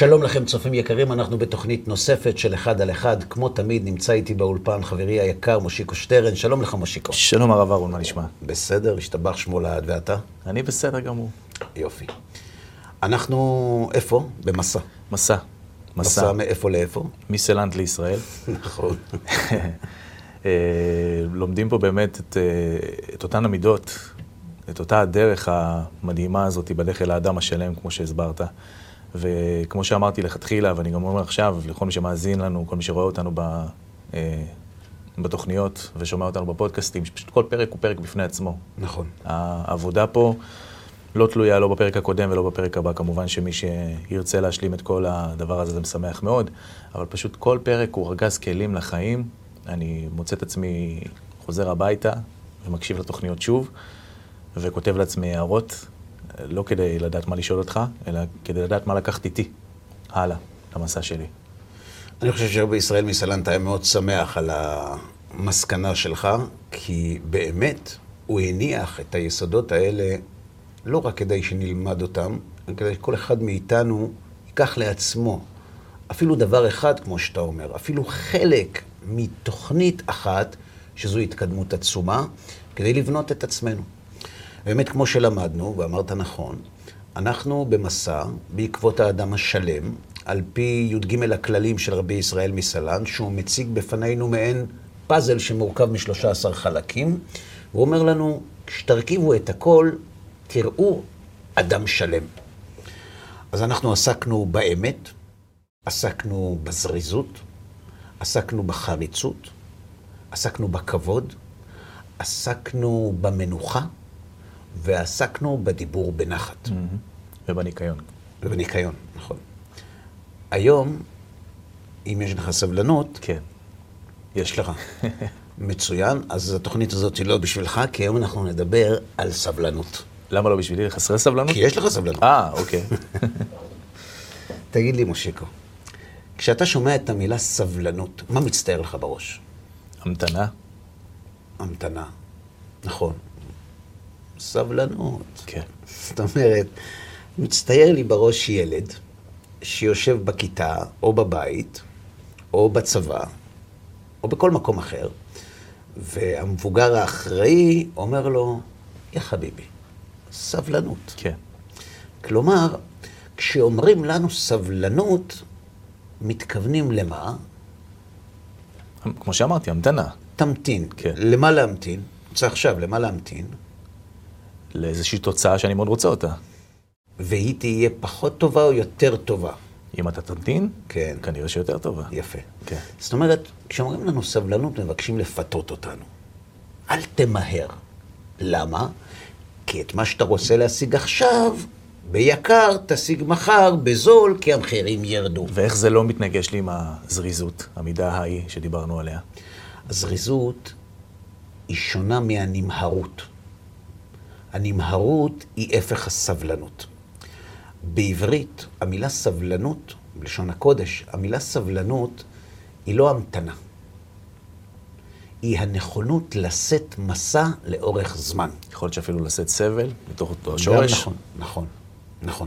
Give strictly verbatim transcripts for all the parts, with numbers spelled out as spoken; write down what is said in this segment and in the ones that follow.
שלום לכם צופים יקרים, אנחנו בתוכנית נוספת של אחד על אחד. כמו תמיד נמצא איתי באולפן חברי היקר מושיקו שטרן. שלום לך מושיקו. שלום הרב אהרון, מה נשמע? בסדר, השתבח שמו לעד, ואתה? אני בסדר גמור. יופי. אנחנו איפה? במסע. מסע. מסע מאיפה לאיפה? מסלנט לישראל. נכון. לומדים פה באמת את, את אותן המידות, את אותה הדרך המדהימה הזאת בדרך אל האדם השלם, כמו שהסברת. וכמו שאמרתי לכתחילה, ואני גם אומר עכשיו, לכל מי שמאזין לנו, כל מי שרואה אותנו ב, בתוכניות ושומע אותנו בפודקאסטים, שפשוט כל פרק הוא פרק בפני עצמו. נכון. העבודה פה לא תלויה לא בפרק הקודם ולא בפרק הבא. כמובן שמי שירצה להשלים את כל הדבר הזה, זה משמח מאוד, אבל פשוט כל פרק הוא ארגז כלים לחיים. אני מוצא את עצמי חוזר הביתה ומקשיב לתוכניות שוב, וכותב לעצמי הערות, לא כדי לדעת מה לשאול אותך, אלא כדי לדעת מה לקחת איתי הלאה, למסע שלי. אני חושב שבישראל מסלנט היה מאוד שמח על המסקנה שלך, כי באמת הוא הניח את היסודות האלה לא רק כדי שנלמד אותם, אלא כדי שכל אחד מאיתנו ייקח לעצמו אפילו דבר אחד, כמו שאתה אומר, אפילו חלק מתוכנית אחת, שזו התקדמות עצומה, כדי לבנות את עצמנו. באמת, כמו שלמדנו, ואמרת נכון, אנחנו במסע בעקבות האדם השלם, על פי י"ג הכללים של רבי ישראל מסלנט, שהוא מציג בפנינו מעין פאזל שמורכב מ-שלושה עשר חלקים, הוא אומר לנו, כשתרכיבו את הכל, תראו אדם שלם. אז אנחנו עסקנו באמת, עסקנו בזריזות, עסקנו בחריצות, עסקנו בכבוד, עסקנו במנוחה, ועסקנו בדיבור בנחת. ובניקיון. ובניקיון, נכון. היום, אם יש לך סבלנות, כן. יש לך. מצוין, אז התוכנית הזאת היא לא בשבילך, כי היום אנחנו נדבר על סבלנות. למה לא בשבילי? חסרי סבלנות? כי יש לך סבלנות. אה, אוקיי. תגיד לי, מושיקו, כשאתה שומע את המילה סבלנות, מה מצטער לך בראש? המתנה. המתנה, נכון. סבלנות. כן. זאת אומרת, מצטייר לי בראש ילד שיושב בכיתה, או בבית, או בצבא, או בכל מקום אחר, והמבוגר האחראי אומר לו, יא חביבי, סבלנות. כן. כלומר, כשאומרים לנו סבלנות, מתכוונים למה? כמו שאמרתי, המתנה. תמתין. כן. למה להמתין? רוצה עכשיו, למה להמתין? לאיזושהי תוצאה שאני מאוד רוצה אותה. והיא תהיה פחות טובה או יותר טובה? אם אתה תמתין, כן. כנראה שיותר טובה. יפה. כן. זאת אומרת, כשאומרים לנו סבלנות, מבקשים לפתות אותנו. אל תמהר. למה? כי את מה שאתה רוצה להשיג עכשיו, ביקר תשיג מחר, בזול, כי המחירים ירדו. ואיך זה לא מתנגש לי עם הזריזות, המידה ההיא שדיברנו עליה? הזריזות היא שונה מהנמהרות. הנמהרות היא הפך הסבלנות. בעברית, המילה סבלנות, בלשון הקודש, המילה סבלנות היא לא המתנה. היא הנכונות לשאת מסע לאורך זמן. יכול להיות שאפילו לשאת סבל מתוך אותו השורש. נכון, נכון, נכון.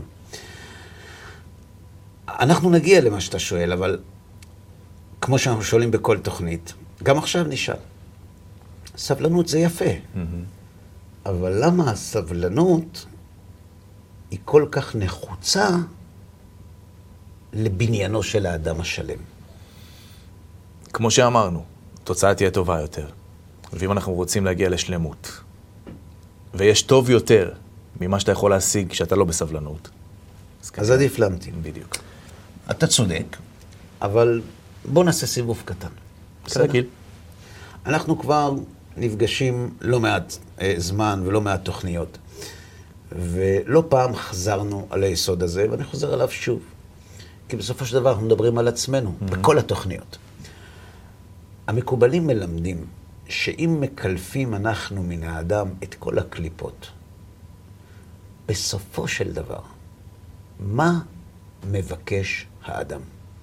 אנחנו נגיע למה שאתה שואל, אבל כמו שאנחנו שואלים בכל תוכנית, גם עכשיו נשאל. סבלנות זה יפה. Mm-hmm. אבל למה הסבלנות היא כל כך נחוצה לבניינו של האדם השלם? כמו שאמרנו, תוצאה תהיה טובה יותר. ואם אנחנו רוצים להגיע לשלמות, ויש טוב יותר ממה שאתה יכול להשיג כשאתה לא בסבלנות. אז, אז עדיף להמתין. בדיוק. אתה צודק, אבל בוא נעשה סיבוב קטן. כרגיל. אנחנו כבר נפגשים לא מעט אה, זמן ולא מעט תוכניות. ולא פעם חזרנו על היסוד הזה, ואני חוזר עליו שוב. כי בסופו של דבר אנחנו מדברים על עצמנו, mm-hmm. בכל התוכניות. המקובלים מלמדים שאם מקלפים אנחנו מן האדם את כל הקליפות, בסופו של דבר, מה מבקש האדם?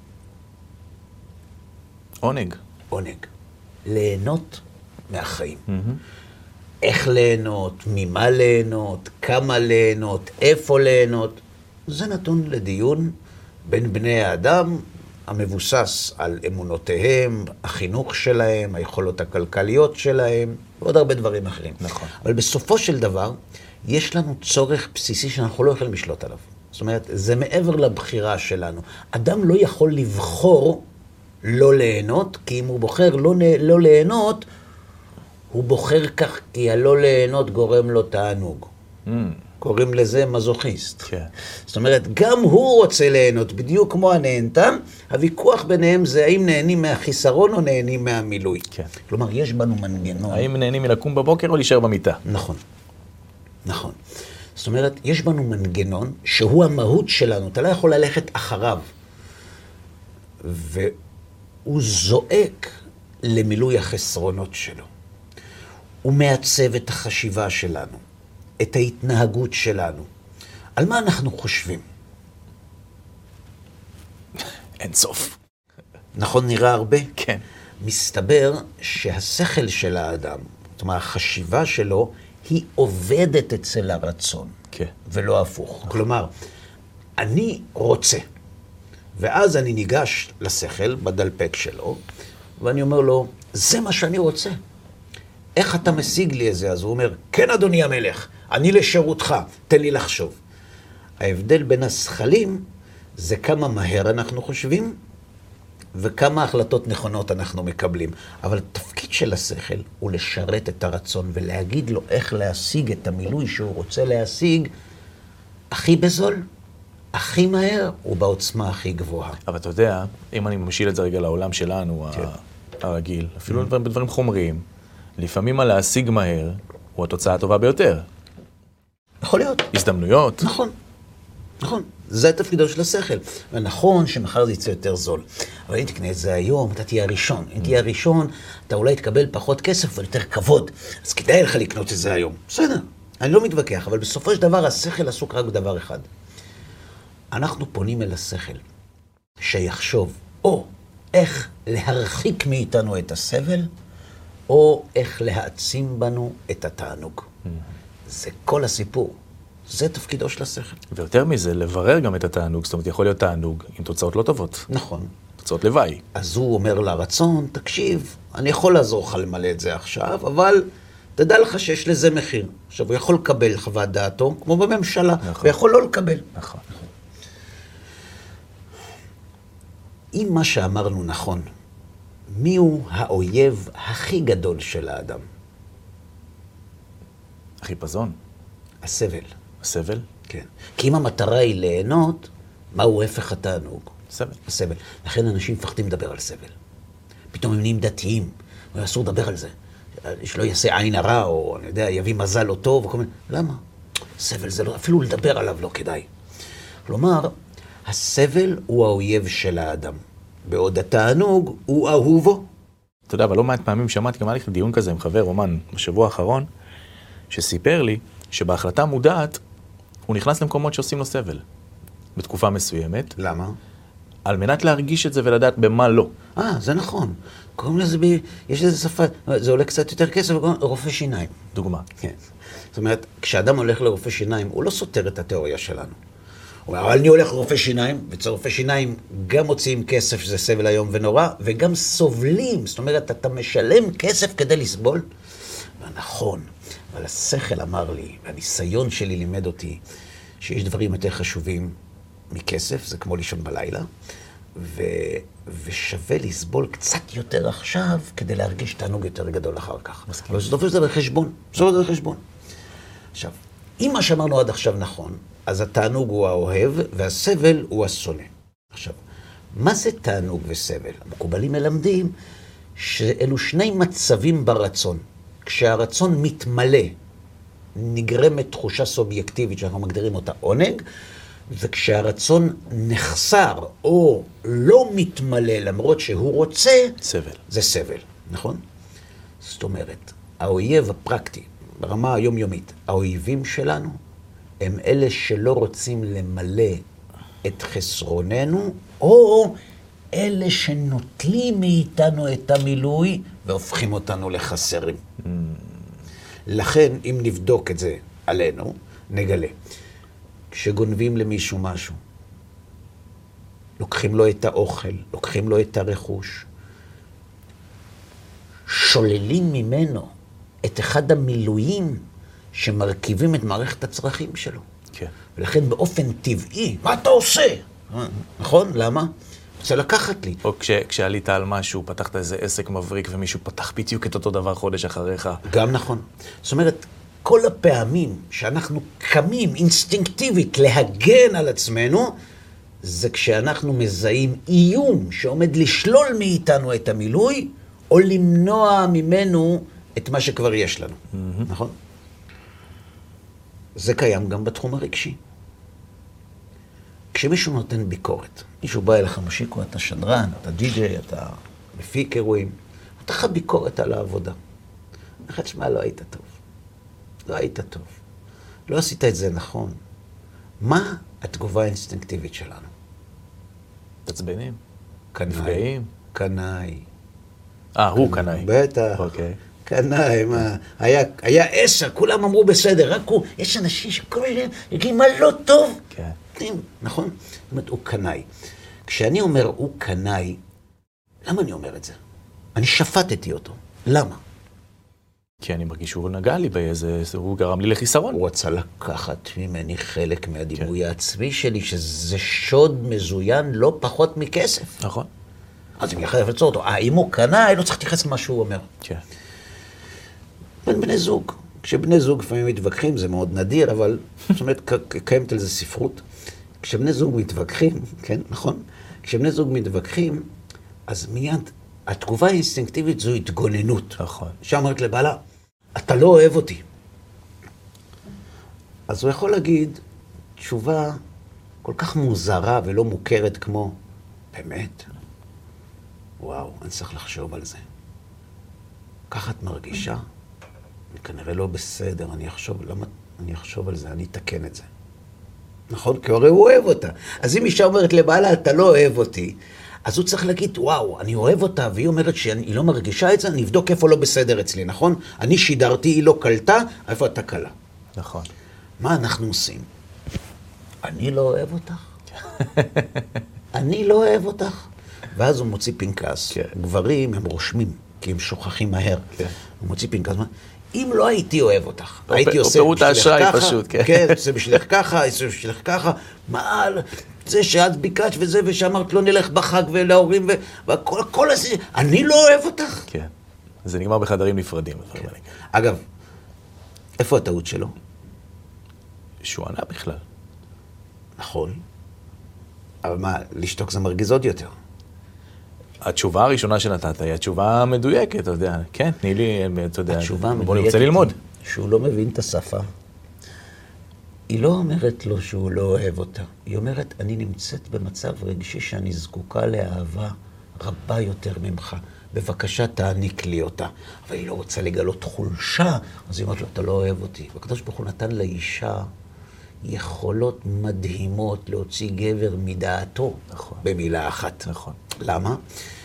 עונג. עונג. ליהנות מהחיים. Mm-hmm. איך ליהנות, ממה ליהנות, כמה ליהנות, איפה ליהנות. זה נתון לדיון בין בני האדם המבוסס על אמונותיהם, החינוך שלהם, היכולות הכלכליות שלהם, ועוד הרבה דברים אחרים. נכון. אבל בסופו של דבר, יש לנו צורך בסיסי שאנחנו לא יכולים לשלוט עליו. זאת אומרת, זה מעבר לבחירה שלנו. אדם לא יכול לבחור לא ליהנות, כי אם הוא בוחר לא, לא ליהנות, הוא בוחר כך כי הלא ליהנות גורם לו תענוג. Mm. קוראים לזה מזוכיסט. כן. זאת אומרת, גם הוא רוצה ליהנות, בדיוק כמו הנהנתם, הוויכוח ביניהם זה האם נהנים מהחיסרון או נהנים מהמילוי. כן. כלומר, יש בנו מנגנון. האם נהנים מלקום בבוקר או להישאר במיטה? נכון. נכון. זאת אומרת, יש בנו מנגנון שהוא המהות שלנו, אתה לא יכול ללכת אחריו. והוא זועק למילוי החסרונות שלו. הוא מעצב את החשיבה שלנו, את ההתנהגות שלנו. על מה אנחנו חושבים? אין סוף. נכון, נראה הרבה? כן. מסתבר שהשכל של האדם, זאת אומרת, החשיבה שלו, היא עובדת אצל הרצון. כן. ולא הפוך. כלומר, אני רוצה, ואז אני ניגש לשכל בדלפק שלו, ואני אומר לו, זה מה שאני רוצה. איך אתה משיג לי את זה? אז הוא אומר, כן אדוני המלך, אני לשירותך, תן לי לחשוב. ההבדל בין השכלים זה כמה מהר אנחנו חושבים, וכמה החלטות נכונות אנחנו מקבלים. אבל התפקיד של השכל הוא לשרת את הרצון, ולהגיד לו איך להשיג את המילוי שהוא רוצה להשיג, הכי בזול, הכי מהר, ובעוצמה הכי גבוהה. אבל אתה יודע, אם אני ממשיל את זה רגע לעולם שלנו, כן. הרגיל, אפילו mm-hmm. בדברים חומריים, לפעמים הלהשיג מהר הוא התוצאה הטובה ביותר. יכול להיות. הזדמנויות. נכון, נכון. זה תפקידו של השכל. ונכון שמחר זה יצא יותר זול. אבל אם תקנה את זה היום, אתה תהיה הראשון. אם תהיה הראשון, אתה אולי תקבל פחות כסף ויותר כבוד. אז כדאי לך לקנות את זה היום. בסדר, אני לא מתווכח, אבל בסופו של דבר השכל עסוק רק בדבר אחד. אנחנו פונים אל השכל שיחשוב או איך להרחיק מאיתנו את הסבל, או איך להעצים בנו את התענוג. זה כל הסיפור. זה תפקידו של השכל. ויותר מזה, לברר גם את התענוג. זאת אומרת, יכול להיות תענוג עם תוצאות לא טובות. נכון. תוצאות לוואי. אז הוא אומר לרצון, תקשיב, אני יכול לעזור לך למלא את זה עכשיו, אבל תדע לך שיש לזה מחיר. עכשיו, הוא יכול לקבל חוות דעתו, כמו בממשלה, נכון. ויכול לא לקבל. נכון. אם מה שאמרנו נכון, מי הוא האויב הכי גדול של האדם? החיפזון. הסבל. הסבל? כן. כי אם המטרה היא ליהנות, מהו הפך התענוג? סבל. הסבל. לכן אנשים מפחדים לדבר על סבל. פתאום הם נהיים דתיים, ואסור לדבר על זה. שלא יעשה עין הרע, או אני יודע, יביא מזל לא טוב, וכל מיני. למה? סבל זה לא, אפילו לדבר עליו לא כדאי. כלומר, הסבל הוא האויב של האדם. בעוד התענוג הוא אהובו. אתה יודע, אבל לא מעט פעמים שמעתי, גם היה לי דיון כזה עם חבר רומן בשבוע האחרון, שסיפר לי שבהחלטה מודעת הוא נכנס למקומות שעושים לו סבל. בתקופה מסוימת. למה? על מנת להרגיש את זה ולדעת במה לא. אה, זה נכון. קוראים לזה, ב... יש לזה שפה, זה עולה קצת יותר כסף, רופא שיניים. דוגמה. כן. זאת אומרת, כשאדם הולך לרופא שיניים, הוא לא סותר את התיאוריה שלנו. הוא אומר, אבל אני הולך לרופא שיניים, ואצל רופא שיניים גם מוציאים כסף, שזה סבל היום ונורא, וגם סובלים. זאת אומרת, אתה משלם כסף כדי לסבול. ונכון, אבל השכל אמר לי, והניסיון שלי לימד אותי, שיש דברים יותר חשובים מכסף, זה כמו לישון בלילה, ו... ושווה לסבול קצת יותר עכשיו, כדי להרגיש תענוג יותר גדול אחר כך. אבל זה דופק זה בחשבון, זה בחשבון. עכשיו, אם מה שאמרנו עד עכשיו נכון, אז התענוג הוא האוהב, והסבל הוא השונא. עכשיו, מה זה תענוג וסבל? המקובלים מלמדים שאלו שני מצבים ברצון. כשהרצון מתמלא, נגרמת תחושה סובייקטיבית שאנחנו מגדירים אותה עונג, וכשהרצון נחסר או לא מתמלא למרות שהוא רוצה, סבל. זה סבל, נכון? זאת אומרת, האויב הפרקטי, ברמה היומיומית, האויבים שלנו, הם אלה שלא רוצים למלא את חסרוננו, או אלה שנוטלים מאיתנו את המילוי והופכים אותנו לחסרים. Mm. לכן, אם נבדוק את זה עלינו, נגלה. כשגונבים למישהו משהו, לוקחים לו את האוכל, לוקחים לו את הרכוש, שוללים ממנו את אחד המילואים שמרכיבים את מערכת הצרכים שלו. כן. ולכן באופן טבעי, מה אתה עושה? נכון? למה? רוצה לקחת לי. או כש, כשעלית על משהו, פתחת איזה עסק מבריק ומישהו פתח בדיוק את אותו דבר חודש אחריך. גם נכון. זאת אומרת, כל הפעמים שאנחנו קמים אינסטינקטיבית להגן על עצמנו, זה כשאנחנו מזהים איום שעומד לשלול מאיתנו את המילוי, או למנוע ממנו את מה שכבר יש לנו. Mm-hmm. נכון? זה קיים גם בתחום הרגשי. כשמישהו נותן ביקורת, מישהו בא אליך, משיקו, אתה שדרן, אתה די-ג'יי, אתה מפיק אירועים, אתה לך ביקורת על העבודה. אחד שמה, לא היית טוב. לא היית טוב. לא עשית את זה נכון. מה התגובה האינסטינקטיבית שלנו? תצבנים. קנאי. נפגעים. קנאי. אה, הוא קנאי. בטח. אוקיי. קנאי, מה? היה, היה עשר, כולם אמרו בסדר, רק הוא, יש אנשים שכל מיני, יגידו מה לא טוב. כן. נכון? זאת אומרת, הוא קנאי. כשאני אומר הוא קנאי, למה אני אומר את זה? אני שפטתי אותו. למה? כי אני מרגיש שהוא נגע לי באיזה, הוא גרם לי לחיסרון. הוא רצה לקחת ממני חלק מהדימוי העצמי שלי, שזה שוד מזוין לא פחות מכסף. נכון. אז אני יכול לפצור אותו. אה, אם הוא קנאי, לא צריך להתייחס למה שהוא אומר. כן. בין בני זוג. כשבני זוג לפעמים מתווכחים, זה מאוד נדיר, אבל זאת אומרת, קיימת על זה ספרות. כשבני זוג מתווכחים, כן, נכון? כשבני זוג מתווכחים, אז מיד התגובה האינסטינקטיבית זו התגוננות. נכון. שאומרת לבעלה, אתה לא אוהב אותי. אז הוא יכול להגיד תשובה כל כך מוזרה ולא מוכרת כמו, באמת? וואו, אני צריך לחשוב על זה. ככה את מרגישה? אני כנראה לא בסדר, אני אחשוב, למה אני אחשוב על זה, אני אתקן את זה. נכון? כי הרי הוא אוהב אותה. אז אם אישה אומרת לבעלה, אתה לא אוהב אותי, אז הוא צריך להגיד, וואו, אני אוהב אותה, והיא אומרת שהיא לא מרגישה את זה, אני אבדוק איפה לא בסדר אצלי, נכון? אני שידרתי, היא לא קלטה, איפה אתה קלה? נכון. מה אנחנו עושים? אני לא אוהב אותך. אני לא אוהב אותך. ואז הוא מוציא פנקס. כן. גברים הם רושמים, כי הם שוכחים מהר. כן. הוא מוציא פנקס, אם לא הייתי אוהב אותך, או הייתי פ... עושה או פירוט בשבילך האשראי ככה, פשוט, כן. כן, עושה בשבילך ככה, עושה בשבילך ככה, מעל, זה שאת ביקשת וזה, ושאמרת לא נלך בחג ולהורים, ו... וכל כל הזה, אני לא אוהב אותך. כן, זה נגמר בחדרים נפרדים. כן. אגב, איפה הטעות שלו? שהוא ענה בכלל. נכון, אבל מה, לשתוק זה מרגיז עוד יותר. התשובה הראשונה שנתת היא התשובה המדויקת, אתה יודע. כן, תני לי, אתה יודע, התשובה בוא נרצה ללמוד. שהוא לא מבין את השפה. היא לא אומרת לו שהוא לא אוהב אותה. היא אומרת, אני נמצאת במצב רגשי שאני זקוקה לאהבה רבה יותר ממך. בבקשה תעניק לי אותה. אבל היא לא רוצה לגלות חולשה, אז היא אומרת לו, אתה לא אוהב אותי. והקדוש ברוך הוא נתן לאישה יכולות מדהימות להוציא גבר מדעתו. נכון. במילה אחת. נכון. למה?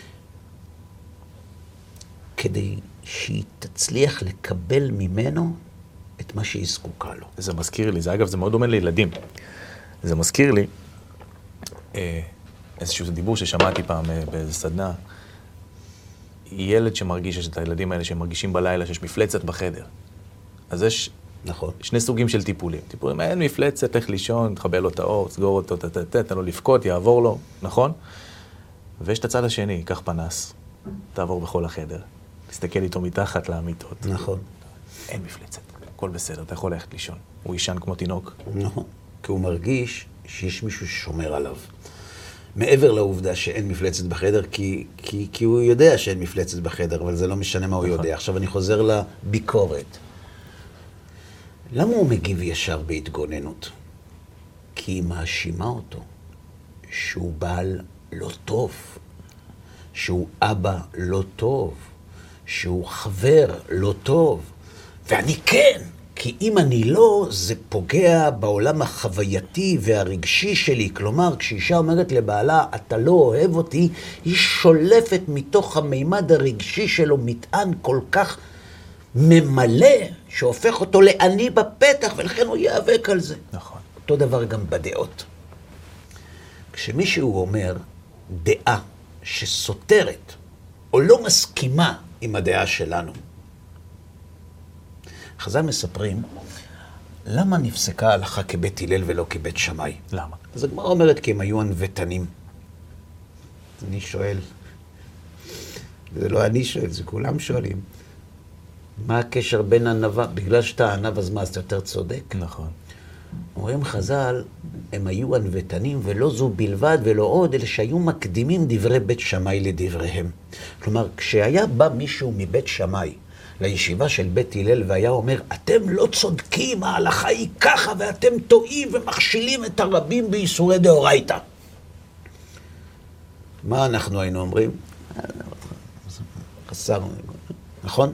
כדי שהיא תצליח לקבל ממנו את מה שהיא זקוקה לו. זה מזכיר לי, זה אגב, זה מאוד דומה לילדים. זה מזכיר לי אה, איזשהו דיבור ששמעתי פעם אה, באיזו סדנה. ילד שמרגיש, יש את הילדים האלה שמרגישים בלילה שיש מפלצת בחדר. אז יש נכון. שני סוגים של טיפולים. טיפולים, אין מפלצת, לך לישון, תחבל לו את האור, סגור אותו, תתתת, תן לו לבכות, יעבור לו, נכון? ויש את הצד השני, קח פנס, תעבור בכל החדר, תסתכל איתו מתחת לאמיתות. נכון. אין מפלצת, הכל בסדר, אתה יכול ללכת לישון. הוא ישן כמו תינוק. נכון. כי הוא מרגיש שיש מישהו ששומר עליו. מעבר לעובדה שאין מפלצת בחדר, כי, כי, כי הוא יודע שאין מפלצת בחדר, אבל זה לא משנה מה הוא נכון. יודע. עכשיו אני חוזר לביקורת. למה הוא מגיב ישר בהתגוננות? כי היא מאשימה אותו שהוא בעל לא טוב, שהוא אבא לא טוב, שהוא חבר לא טוב, ואני כן, כי אם אני לא, זה פוגע בעולם החווייתי והרגשי שלי. כלומר, כשאישה אומרת לבעלה, אתה לא אוהב אותי, היא שולפת מתוך המימד הרגשי שלו מטען כל כך ממלא, שהופך אותו לעני בפתח, ולכן הוא ייאבק על זה. נכון. אותו דבר גם בדעות. כשמישהו אומר דעה שסותרת או לא מסכימה עם הדעה שלנו, חז"ל מספרים, למה נפסקה ההלכה כבית הלל ולא כבית שמאי? למה? אז הגמרא אומרת כי הם היו ענוותנים. אני שואל, זה לא אני שואל, זה כולם שואלים. מה הקשר בין ענווה? בגלל שאתה ענב, אז מה, אז אתה יותר צודק? נכון. אומרים חז"ל, הם היו ענוותנים, ולא זו בלבד ולא עוד, אלא שהיו מקדימים דברי בית שמאי לדבריהם. כלומר, כשהיה בא מישהו מבית שמאי לישיבה של בית הלל, והיה אומר, אתם לא צודקים, ההלכה היא ככה, ואתם טועים ומכשילים את הרבים באיסורי דאורייתא. מה אנחנו היינו אומרים? חסר, נכון?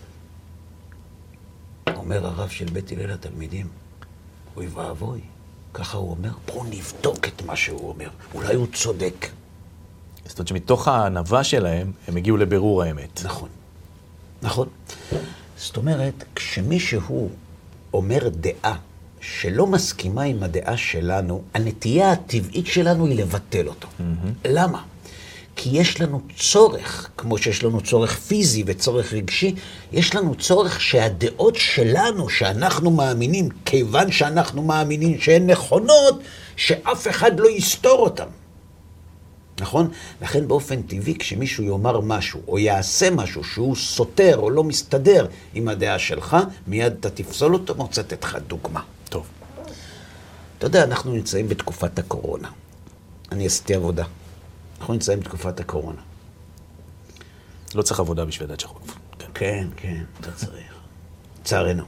אומר הרב של בית הלל לתלמידים, אוי ואבוי, ככה הוא אומר, בואו נבדוק את מה שהוא אומר, אולי הוא צודק. זאת אומרת שמתוך הענווה שלהם, הם הגיעו לבירור האמת. נכון, נכון. זאת אומרת, כשמישהו אומר דעה שלא מסכימה עם הדעה שלנו, הנטייה הטבעית שלנו היא לבטל אותו. Mm-hmm. למה? כי יש לנו צורך, כמו שיש לנו צורך פיזי וצורך רגשי, יש לנו צורך שהדעות שלנו, שאנחנו מאמינים, כיוון שאנחנו מאמינים שהן נכונות, שאף אחד לא יסתור אותן. נכון? לכן באופן טבעי, כשמישהו יאמר משהו, או יעשה משהו שהוא סותר או לא מסתדר עם הדעה שלך, מיד אתה תפסול אותו, מוצאת לך דוגמה. טוב. אתה יודע, אנחנו נמצאים בתקופת הקורונה. אני עשיתי עבודה. אנחנו נמצאים בתקופת הקורונה. לא צריך עבודה בשביל לדעת שחוק. כן, כן, כן, אתה צריך. צערנו.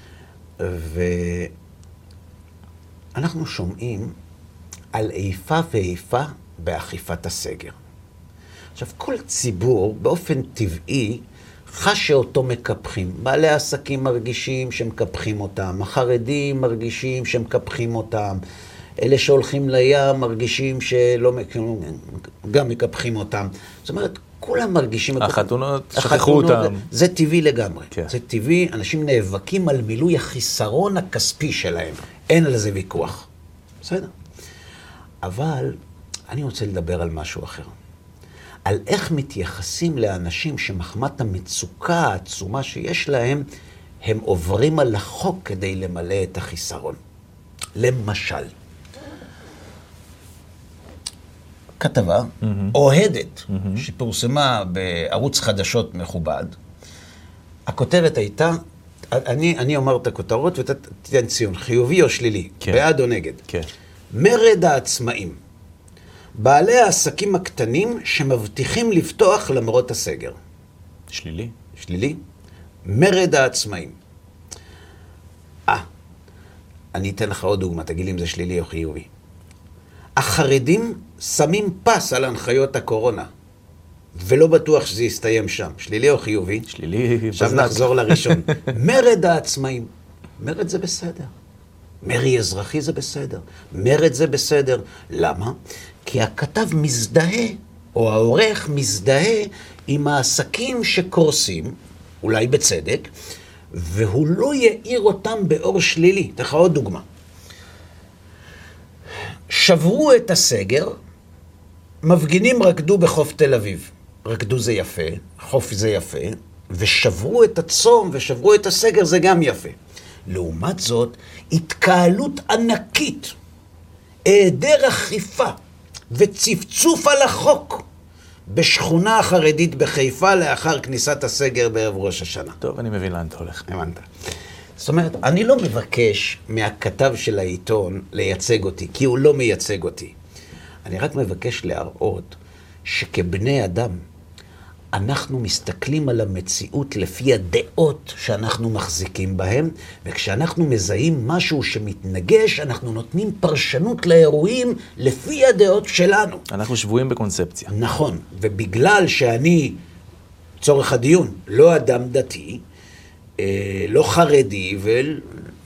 ואנחנו שומעים על איפה ואיפה באכיפת הסגר. עכשיו, כל ציבור באופן טבעי חש שאותו מקפחים. בעלי העסקים מרגישים שמקפחים אותם, החרדים מרגישים שמקפחים אותם, אלה שהולכים לים מרגישים שלא, גם מקפחים אותם. זאת אומרת, כולם מרגישים... החתונות, שכחו אותם. זה טבעי לגמרי. כן. זה טבעי, אנשים נאבקים על מילוי החיסרון הכספי שלהם. אין על זה ויכוח. בסדר. אבל אני רוצה לדבר על משהו אחר. על איך מתייחסים לאנשים שמחמת המצוקה העצומה שיש להם, הם עוברים על החוק כדי למלא את החיסרון. למשל, כתבה mm-hmm. אוהדת mm-hmm. שפורסמה בערוץ חדשות מכובד. הכותרת הייתה, אני, אני אומר את הכותרות ואתה תיתן ציון, חיובי או שלילי, כן. בעד או נגד. כן. מרד העצמאים. בעלי העסקים הקטנים שמבטיחים לפתוח למרות הסגר. שלילי. שלילי. מרד העצמאים. אה, אני אתן לך עוד דוגמה, תגיד לי אם זה שלילי או חיובי. החרדים שמים פס על הנחיות הקורונה, ולא בטוח שזה יסתיים שם. שלילי או חיובי? שלילי. עכשיו נחזור לראשון. מרד העצמאים. מרד זה בסדר. מרי אזרחי זה בסדר. מרד זה בסדר. למה? כי הכתב מזדהה, או העורך מזדהה עם העסקים שקורסים, אולי בצדק, והוא לא יאיר אותם באור שלילי. תכה עוד דוגמה. שברו את הסגר, מפגינים רקדו בחוף תל אביב. רקדו זה יפה, חוף זה יפה, ושברו את הצום ושברו את הסגר זה גם יפה. לעומת זאת, התקהלות ענקית, היעדר אכיפה וצפצוף על החוק בשכונה החרדית בחיפה לאחר כניסת הסגר בערב ראש השנה. טוב, אני מבין לאן אתה הולך. הבנת. זאת אומרת, אני לא מבקש מהכתב של העיתון לייצג אותי, כי הוא לא מייצג אותי. אני רק מבקש להראות שכבני אדם, אנחנו מסתכלים על המציאות לפי הדעות שאנחנו מחזיקים בהם, וכשאנחנו מזהים משהו שמתנגש, אנחנו נותנים פרשנות לאירועים לפי הדעות שלנו. אנחנו שבויים בקונספציה. נכון, ובגלל שאני, צורך הדיון, לא אדם דתי, לא חרדי ולא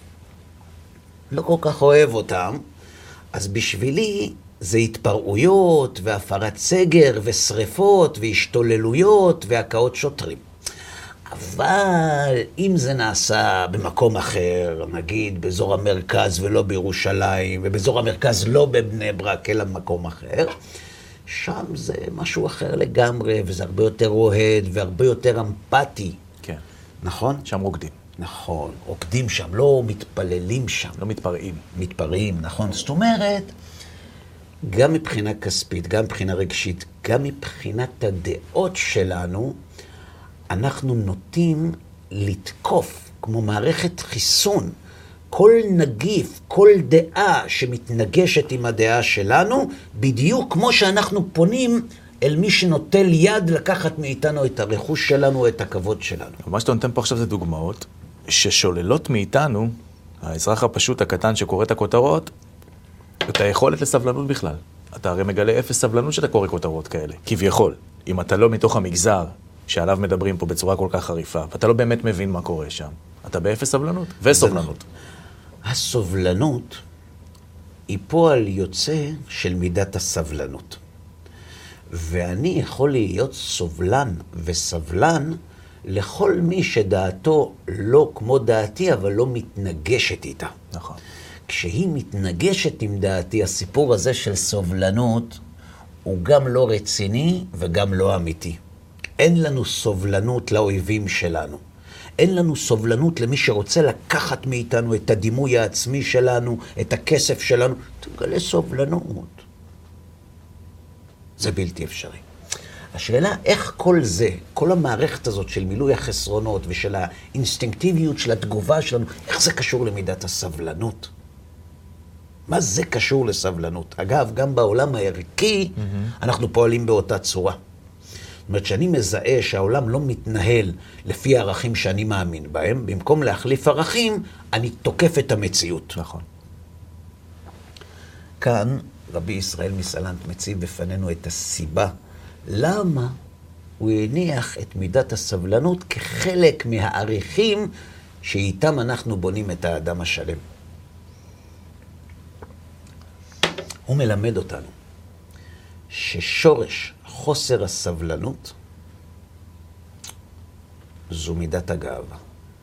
כל כך אוהב אותם, אז בשבילי זה התפרעויות והפרת סגר ושריפות והשתוללויות והקאות שוטרים. אבל אם זה נעשה במקום אחר, נגיד באזור המרכז ולא בירושלים, ובאזור המרכז לא בבני ברק, אלא במקום אחר, שם זה משהו אחר לגמרי, וזה הרבה יותר אוהד והרבה יותר אמפתי. כן. נכון? שם רוקדים. נכון, רוקדים שם, לא מתפללים שם. לא מתפרעים. מתפרעים, נכון. זאת אומרת, גם מבחינה כספית, גם מבחינה רגשית, גם מבחינת הדעות שלנו, אנחנו נוטים לתקוף, כמו מערכת חיסון, כל נגיף, כל דעה שמתנגשת עם הדעה שלנו, בדיוק כמו שאנחנו פונים אל מי שנוטל יד לקחת מאיתנו את הרכוש שלנו, את הכבוד שלנו. מה שאתה נותן פה עכשיו זה דוגמאות ששוללות מאיתנו, האזרח הפשוט הקטן שקורא את הכותרות, את היכולת לסבלנות בכלל. אתה הרי מגלה אפס סבלנות שאתה קורא כותרות כאלה, כביכול. אם אתה לא מתוך המגזר שעליו מדברים פה בצורה כל כך חריפה, ואתה לא באמת מבין מה קורה שם, אתה באפס סבלנות וסובלנות. הסובלנות היא פועל יוצא של מידת הסבלנות. ואני יכול להיות סובלן וסבלן לכל מי שדעתו לא כמו דעתי, אבל לא מתנגשת איתה. נכון. כשהיא מתנגשת עם דעתי, הסיפור הזה של סובלנות הוא גם לא רציני וגם לא אמיתי. אין לנו סובלנות לאויבים שלנו. אין לנו סובלנות למי שרוצה לקחת מאיתנו את הדימוי העצמי שלנו, את הכסף שלנו. תגלה סובלנות. זה בלתי אפשרי. השאלה איך כל זה, כל המערכת הזאת של מילוי החסרונות ושל האינסטינקטיביות של התגובה שלנו, איך זה קשור למידת הסבלנות? מה זה קשור לסבלנות? אגב, גם בעולם הערכי mm-hmm. אנחנו פועלים באותה צורה. זאת אומרת, שאני מזהה שהעולם לא מתנהל לפי הערכים שאני מאמין בהם, במקום להחליף ערכים, אני תוקף את המציאות. נכון. כאן רבי ישראל מסלנט מציב בפנינו את הסיבה למה הוא הניח את מידת הסבלנות כחלק מהערכים שאיתם אנחנו בונים את האדם השלם. הוא מלמד אותנו ששורש חוסר הסבלנות זו מידת הגאווה.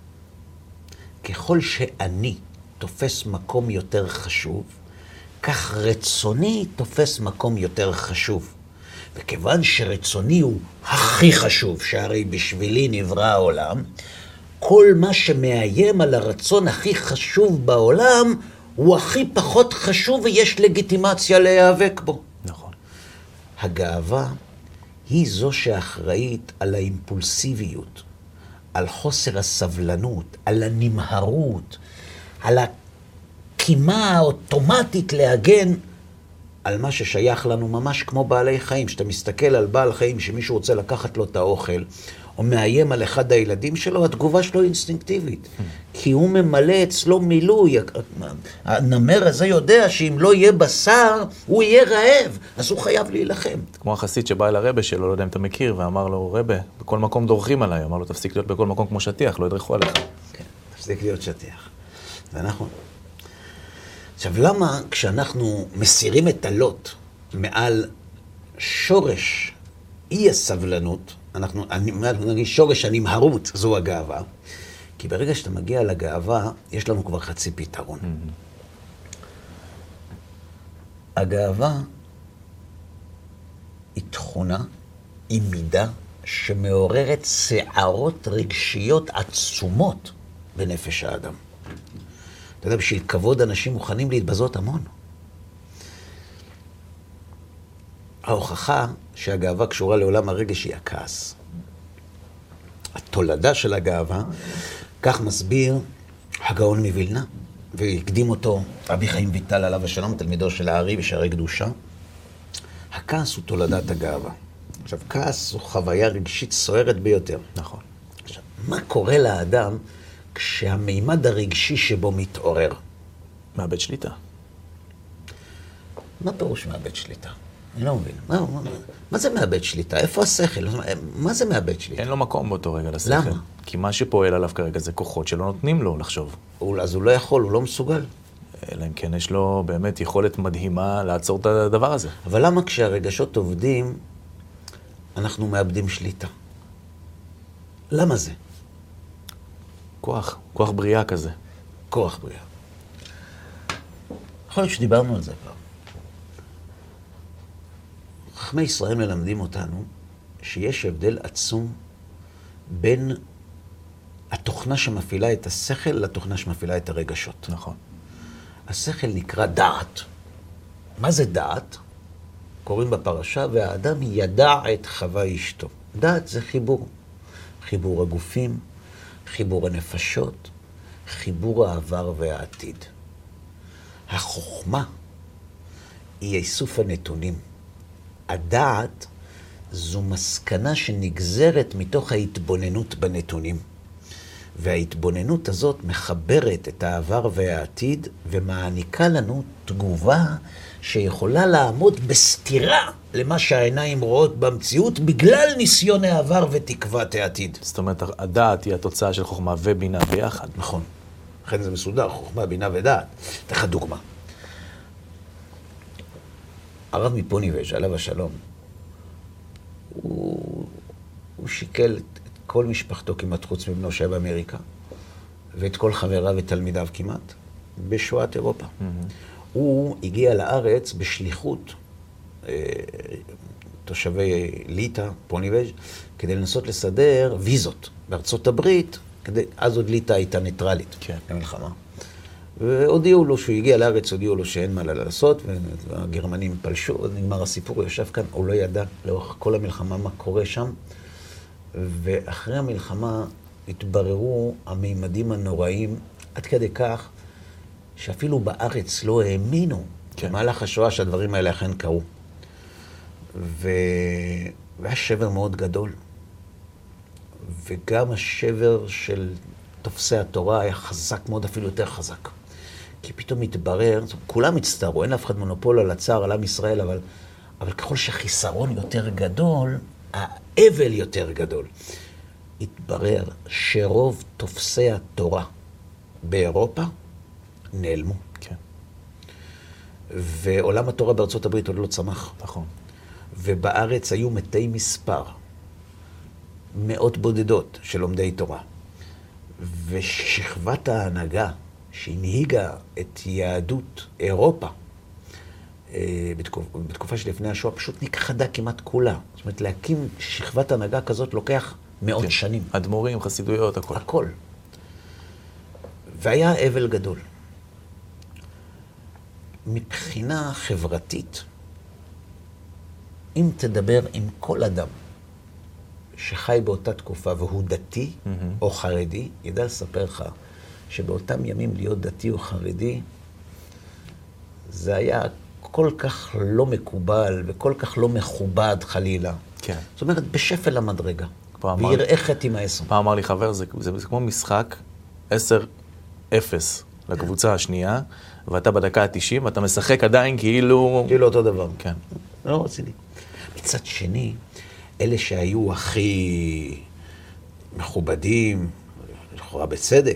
ככל שאני תופס מקום יותר חשוב, כך רצוני תופס מקום יותר חשוב. וכיוון שרצוני הוא הכי חשוב, שהרי בשבילי נברא העולם, כל מה שמאיים על הרצון הכי חשוב בעולם, הוא הכי פחות חשוב ויש לגיטימציה להיאבק בו. נכון. הגאווה היא זו שאחראית על האימפולסיביות, על חוסר הסבלנות, על הנמהרות, על הקימה האוטומטית להגן על מה ששייך לנו ממש כמו בעלי חיים. שאתה מסתכל על בעל חיים שמישהו רוצה לקחת לו את האוכל, או מאיים על אחד הילדים שלו, התגובה שלו אינסטינקטיבית. כי הוא ממלא אצלו מילוי. הנמר הזה יודע שאם לא יהיה בשר, הוא יהיה רעב. אז הוא חייב להילחם. כמו החסיד שבא אל הרבה שלו, לא יודע אם אתה מכיר, ואמר לו, רבה, בכל מקום דורכים עליי. אמר לו, תפסיק להיות בכל מקום כמו שטיח, לא ידרכו עליך. כן, תפסיק להיות שטיח. זה נכון. עכשיו, למה כשאנחנו מסירים את הלוט מעל שורש אי הסבלנות, אנחנו, אני נגיד שורש הנמהרות, זו הגאווה, כי ברגע שאתה מגיע לגאווה, יש לנו כבר חצי פתרון. Mm-hmm. הגאווה היא תכונה, היא מידה שמעוררת שערות רגשיות עצומות בנפש האדם. אתה יודע, בשביל כבוד אנשים מוכנים להתבזות המון. ההוכחה שהגאווה קשורה לעולם הרגש היא הכעס. התולדה של הגאווה, כך מסביר הגאון מווילנה, והקדים אותו רבי חיים ויטל עליו השלום, תלמידו של הארי בשערי קדושה. הכעס הוא תולדת הגאווה. עכשיו, כעס זו חוויה רגשית סוערת ביותר. נכון. עכשיו, מה קורה לאדם כשהמימד הרגשי שבו מתעורר? מאבד שליטה. מה פירוש מאבד שליטה? אני לא מבין. מה, מה, מה זה מאבד שליטה? איפה השכל? מה זה מאבד שליטה? אין לו מקום באותו רגע לשכל. למה? כי מה שפועל עליו כרגע זה כוחות שלא נותנים לו לחשוב. אז הוא לא יכול, הוא לא מסוגל. אלא אם כן יש לו באמת יכולת מדהימה לעצור את הדבר הזה. אבל למה כשהרגשות עובדים, אנחנו מאבדים שליטה? למה זה? כוח, כוח בריאה כזה. כוח בריאה. יכול להיות שדיברנו על זה כבר. חכמי ישראל מלמדים אותנו שיש הבדל עצום בין התוכנה שמפעילה את השכל לתוכנה שמפעילה את הרגשות. נכון. השכל נקרא דעת. מה זה דעת? קוראים בפרשה, והאדם ידע את חווה אשתו. דעת זה חיבור. חיבור הגופים, חיבור הנפשות, חיבור העבר והעתיד. החוכמה היא איסוף הנתונים. הדעת זו מסקנה שנגזרת מתוך ההתבוננות בנתונים. וההתבוננות הזאת מחברת את העבר והעתיד ומעניקה לנו תגובה שיכולה לעמוד בסתירה למה שהעיניים רואות במציאות בגלל ניסיון העבר ותקוות העתיד. זאת אומרת, הדעת היא התוצאה של חוכמה ובינה ביחד. נכון. לכן זה מסודר, חוכמה, בינה ודעת. אתן לך דוגמה. הרב מפוניבז' עליו השלום, הוא, הוא שיקל את כל משפחתו כמעט חוץ מבנו שהיה באמריקה, ואת כל חבריו ותלמידיו כמעט, בשואת אירופה. Mm-hmm. הוא הגיע לארץ בשליחות אה, תושבי ליטא, פוניבז', כדי לנסות לסדר ויזות בארצות הברית, כדי, אז עוד ליטא הייתה ניטרלית כן. למלחמה. והודיעו לו שהוא הגיע לארץ, הודיעו לו שאין מה לעשות, והגרמנים פלשו, נגמר הסיפור, הוא ישב כאן, הוא לא ידע לאורך כל המלחמה מה קורה שם, ואחרי המלחמה התבררו המימדים הנוראים, עד כדי כך שאפילו בארץ לא האמינו כן. במהלך השואה שהדברים האלה אכן קרו. ו... והיה שבר מאוד גדול. וגם השבר של תופסי התורה היה חזק מאוד, אפילו יותר חזק. כי פתאום התברר, כולם הצטערו, אין לאף אחד מונופול על הצער, על עם ישראל, אבל, אבל ככל שהחיסרון יותר גדול, האבל יותר גדול. התברר שרוב תופסי התורה באירופה נעלמו. כן. ועולם התורה בארצות הברית עוד לא צמח. נכון. ובארץ היו מתי מספר, מאות בודדות של לומדי תורה. ושכבת ההנהגה שהנהיגה את יהדות אירופה בתקופה, בתקופה שלפני השואה פשוט נכחדה כמעט כולה. זאת אומרת, להקים שכבת הנהגה כזאת לוקח מאות כן. שנים. אדמו"רים, חסידויות, הכל. הכל. והיה אבל גדול. מבחינה חברתית, אם תדבר עם כל אדם שחי באותה תקופה והוא דתי mm-hmm. או חרדי, ידע לספר לך שבאותם ימים להיות דתי או חרדי, זה היה כל כך לא מקובל וכל כך לא מכובד חלילה. כן. זאת אומרת, בשפל המדרגה. ויראה חטא עם העשר. פעם אמר לי חבר, זה, זה, זה כמו משחק עשר אפס לקבוצה השנייה, ואתה בדקה ה-תשעים, ואתה משחק עדיין כאילו... כאילו אותו דבר. כן. לא רציני. מצד שני, אלה שהיו הכי מכובדים, לכאורה בצדק,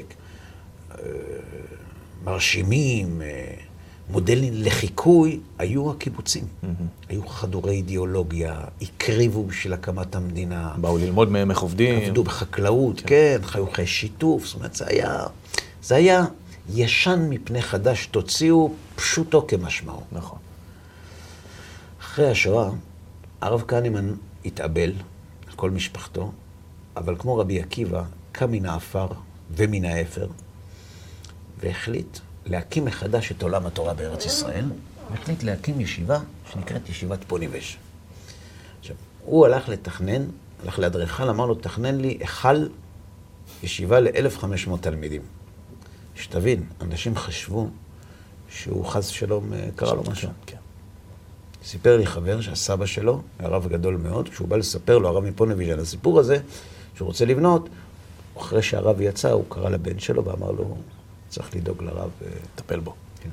מרשימים, מודלים לחיקוי, היו הקיבוצים. Mm-hmm. היו חדורי אידיאולוגיה, הקריבו בשביל הקמת המדינה. באו ללמוד מהם איך עובדים. עבדו בחקלאות, כן, כן חיו חיי שיתוף. זאת אומרת, זה היה, זה היה ישן מפני חדש, תוציאו פשוטו כמשמעו. נכון. אחרי השואה, הרב כהנמן התאבל על כל משפחתו, אבל כמו רבי עקיבא, קם מן האפר ומן האפר, והחליט להקים מחדש את עולם התורה בארץ ישראל, והחליט להקים ישיבה שנקראת ישיבת פוניבז'. עכשיו, הוא הלך לתכנן, הלך לאדריכל, אמר לו, תכנן לי היכל ישיבה ל-אלף וחמש מאות תלמידים. שתבין, אנשים חשבו שהוא חס שלום קרא לו משהו. כן. סיפר לי חבר שהסבא שלו, הרב גדול מאוד, כשהוא בא לספר לו, הרב מפוניבז' על הסיפור הזה, שהוא רוצה לבנות, אחרי שהרב יצא, הוא קרא לבן שלו ואמר לו, צריך לדאוג לרב. טפל בו. כן.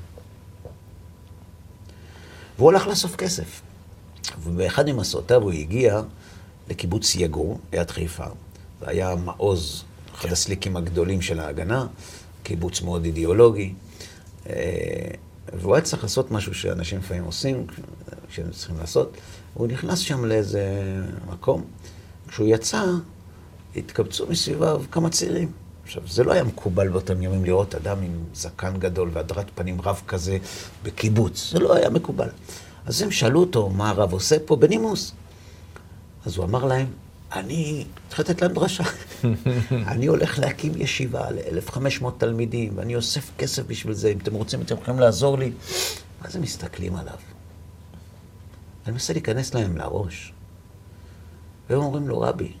והוא הלך לאסוף כסף. ובאחד ממסעותיו הוא הגיע לקיבוץ יגור, ליד חיפה. זה היה מעוז, אחד כן. הסליקים הגדולים של ההגנה, קיבוץ מאוד אידיאולוגי. והוא היה צריך לעשות משהו שאנשים לפעמים עושים, שהם צריכים לעשות. הוא נכנס שם לאיזה מקום. כשהוא יצא, התקבצו מסביביו כמה צעירים. עכשיו, זה לא היה מקובל באותם ימים לראות אדם עם זקן גדול והדרת פנים רב כזה בקיבוץ. זה לא היה מקובל. אז הם שאלו אותו מה הרב עושה פה בנימוס. אז הוא אמר להם, אני צריך לתת להם דרשה. אני הולך להקים ישיבה ל-אלף וחמש מאות תלמידים, ואני אוסף כסף בשביל זה, אם אתם רוצים, אתם יכולים לעזור לי. אז הם מסתכלים עליו. אני מנסה להיכנס להם לראש. והם אומרים לו, רבי,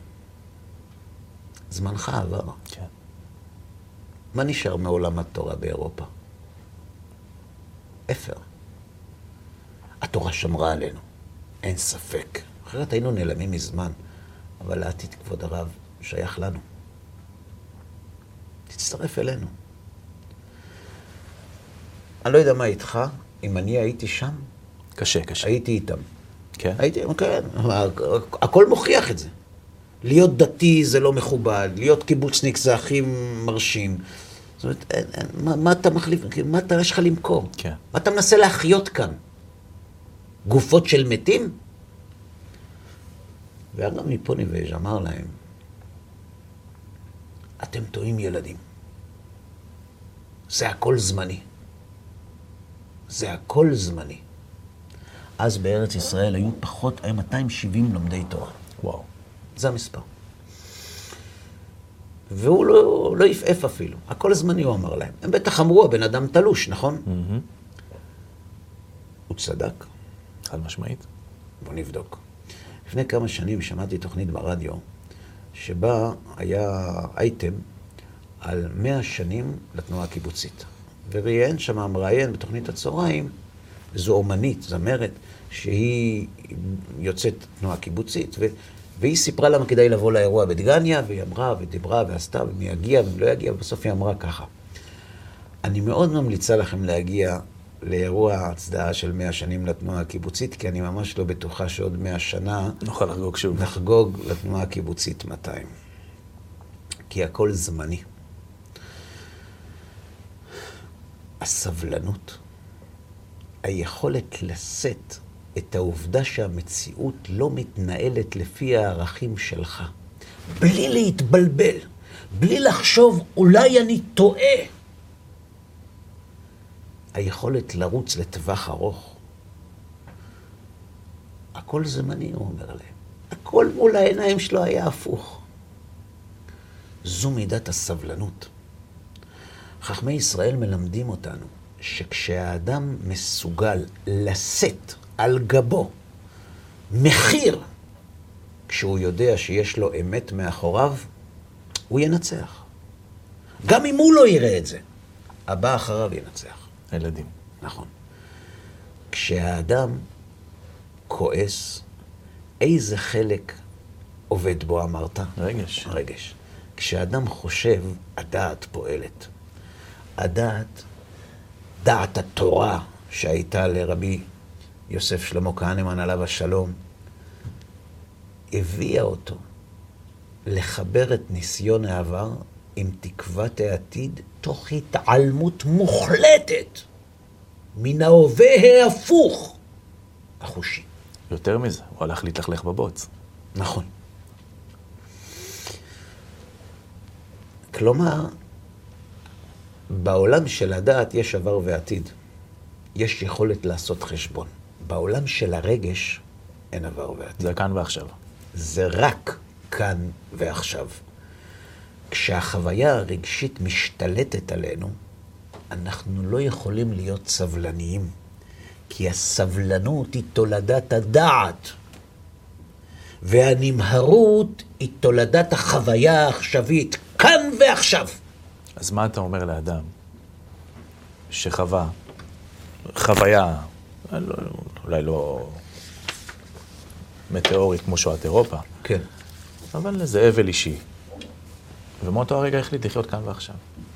זמנך עבר. כן. מה נשאר מעולם התורה באירופה? אפר. התורה שמרה עלינו, אין ספק. אחרת היינו נעלמים מזמן, אבל העתיד, כבוד הרב, שייך לנו. תצטרף אלינו. אני לא יודע מה איתך, אם אני הייתי שם, קשה, קשה. הייתי איתם. כן? הייתי, כן, הכל מוכיח את זה. להיות דתי זה לא מכובד, להיות קיבוצניק זה הכי מרשים. זאת אומרת, אין, אין, מה, מה אתה מחליף, מה אתה יש לך למכור? כן. מה אתה מנסה להחיות כאן? גופות של מתים? והרב מפוניבז' אמר להם, אתם טועים ילדים. זה הכל זמני. זה הכל זמני. אז בארץ ישראל היו פחות, היו מאתיים ושבעים לומדי תורה. וואו. זה המספר. והוא לא, לא יפעף אפילו. הכל זמני, הוא אמר להם. הם בטח אמרו, הבן אדם תלוש, נכון? Mm-hmm. הוא צדק. חד משמעית. בוא נבדוק. לפני כמה שנים שמעתי תוכנית ברדיו, שבה היה אייטם על מאה שנים לתנועה הקיבוצית. וראיין שם המראיין בתוכנית הצהריים, זו אומנית, זמרת, שהיא יוצאת תנועה קיבוצית, ו... והיא סיפרה למה כדאי לבוא לאירוע בדגניה, והיא אמרה ודיברה ועשתה, ומי יגיע ומי לא יגיע, ובסוף היא אמרה ככה. אני מאוד ממליצה לכם להגיע לאירוע הצדעה של מאה שנים לתנועה הקיבוצית, כי אני ממש לא בטוחה שעוד מאה שנה נוכל לחגוג שוב. נחגוג לתנועה הקיבוצית מאתיים. כי הכל זמני. הסבלנות, היכולת לשאת את העובדה שהמציאות לא מתנהלת לפי הערכים שלך, בלי להתבלבל, בלי לחשוב אולי אני טועה. היכולת לרוץ לטווח ארוך. הכל זמני, הוא אומר להם. הכל מול העיניים שלו היה הפוך. זו מידת הסבלנות. חכמי ישראל מלמדים אותנו שכשהאדם מסוגל לשאת על גבו מחיר, כשהוא יודע שיש לו אמת מאחוריו, הוא ינצח. גם אם הוא לא יראה את זה, הבא אחריו ינצח. הילדים. נכון. כשהאדם כועס, איזה חלק עובד בו, אמרת? רגש. רגש. כשאדם חושב, הדעת פועלת. הדעת, דעת התורה שהייתה לרבי יוסף שלמה כהנמן עליו השלום, הביאה אותו לחבר את ניסיון העבר עם תקוות העתיד, תוך התעלמות מוחלטת מן ההווה ההפוך, החושי. יותר מזה, הוא הלך להתלכלך בבוץ. נכון. כלומר, בעולם של הדעת יש עבר ועתיד. יש יכולת לעשות חשבון. בעולם של הרגש אין עבר ועתיד. זה כאן ועכשיו. זה רק כאן ועכשיו. כשהחוויה הרגשית משתלטת עלינו, אנחנו לא יכולים להיות סבלניים. כי הסבלנות היא תולדת הדעת. והנמהרות היא תולדת החוויה העכשווית, כאן ועכשיו. אז מה אתה אומר לאדם שחווה, חוויה, אולי לא מטאורית כמו שואת אירופה, כן. אבל זה אבל אישי. ומאותו הרגע החליט לחיות כאן ועכשיו.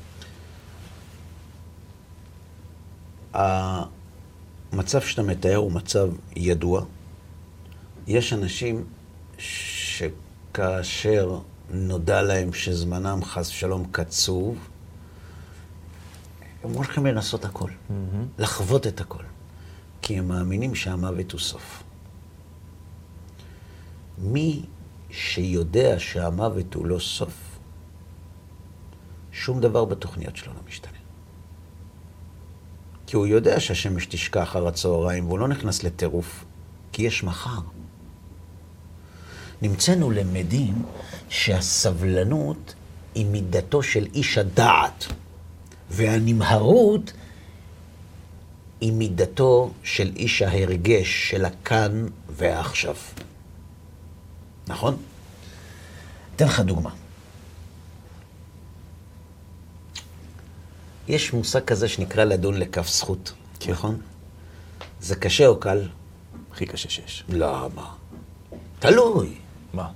המצב שאתה מתאר הוא מצב ידוע. יש אנשים שכאשר נודע להם שזמנם חס שלום קצוב, הם הולכים לנסות הכל, mm-hmm. לחוות את הכל, כי הם מאמינים שהמוות הוא סוף. מי שיודע שהמוות הוא לא סוף, שום דבר בתוכניות שלו לא משתנה. כי הוא יודע שהשמש תשקע אחר הצהריים, והוא לא נכנס לטירוף, כי יש מחר. נמצאנו למדים שהסבלנות היא מידתו של איש הדעת, והנמהרות היא מידתו של איש ההרגש, של הכאן והעכשיו. נכון? אתן לך דוגמה. יש מושג כזה שנקרא לדון לכף זכות, כן. נכון? זה קשה או קל? הכי קשה שיש. למה? תלוי. מה?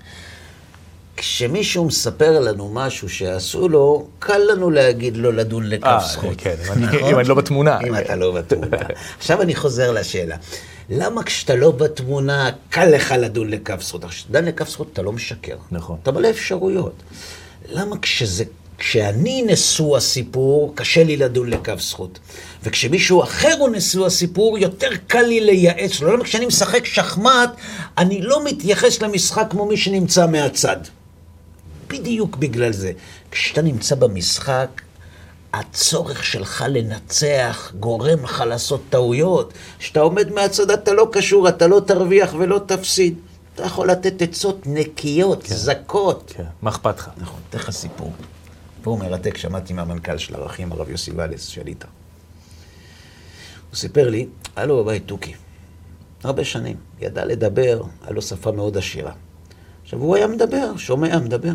כשמישהו מספר לנו משהו שעשו לו, קל לנו להגיד לו לדון לכף זכות. כן, אם אני לא בתמונה. אם אתה לא בתמונה. עכשיו אני חוזר לשאלה. למה כשאתה לא בתמונה, קל לך לדון לכף זכות? כשאתה דן לכף זכות, אתה לא משקר. נכון. אתה מלא אפשרויות. למה כשזה, כשאני נשוא הסיפור, קשה לי לדון לכף זכות? וכשמישהו אחר הוא נשוא הסיפור, יותר קל לי לייעץ לו. למה כשאני משחק שחמט, אני לא מתייחס למשחק כמו מי שנמצא מהצד. בדיוק בגלל זה. כשאתה נמצא במשחק, הצורך שלך לנצח גורם לך לעשות טעויות. כשאתה עומד מהצד, אתה לא קשור, אתה לא תרוויח ולא תפסיד. אתה יכול לתת עצות נקיות, כן. זקות. כן, מה אכפת לך? נכון, תכף סיפור. פה מרתק, שמעתי מהמנכ"ל של ערכים, הרב יוסי ולס, שליטה. הוא סיפר לי, היה לו בבית תוכי. הרבה שנים. ידע לדבר, היה לו שפה מאוד עשירה. עכשיו הוא היה מדבר, שומע מדבר.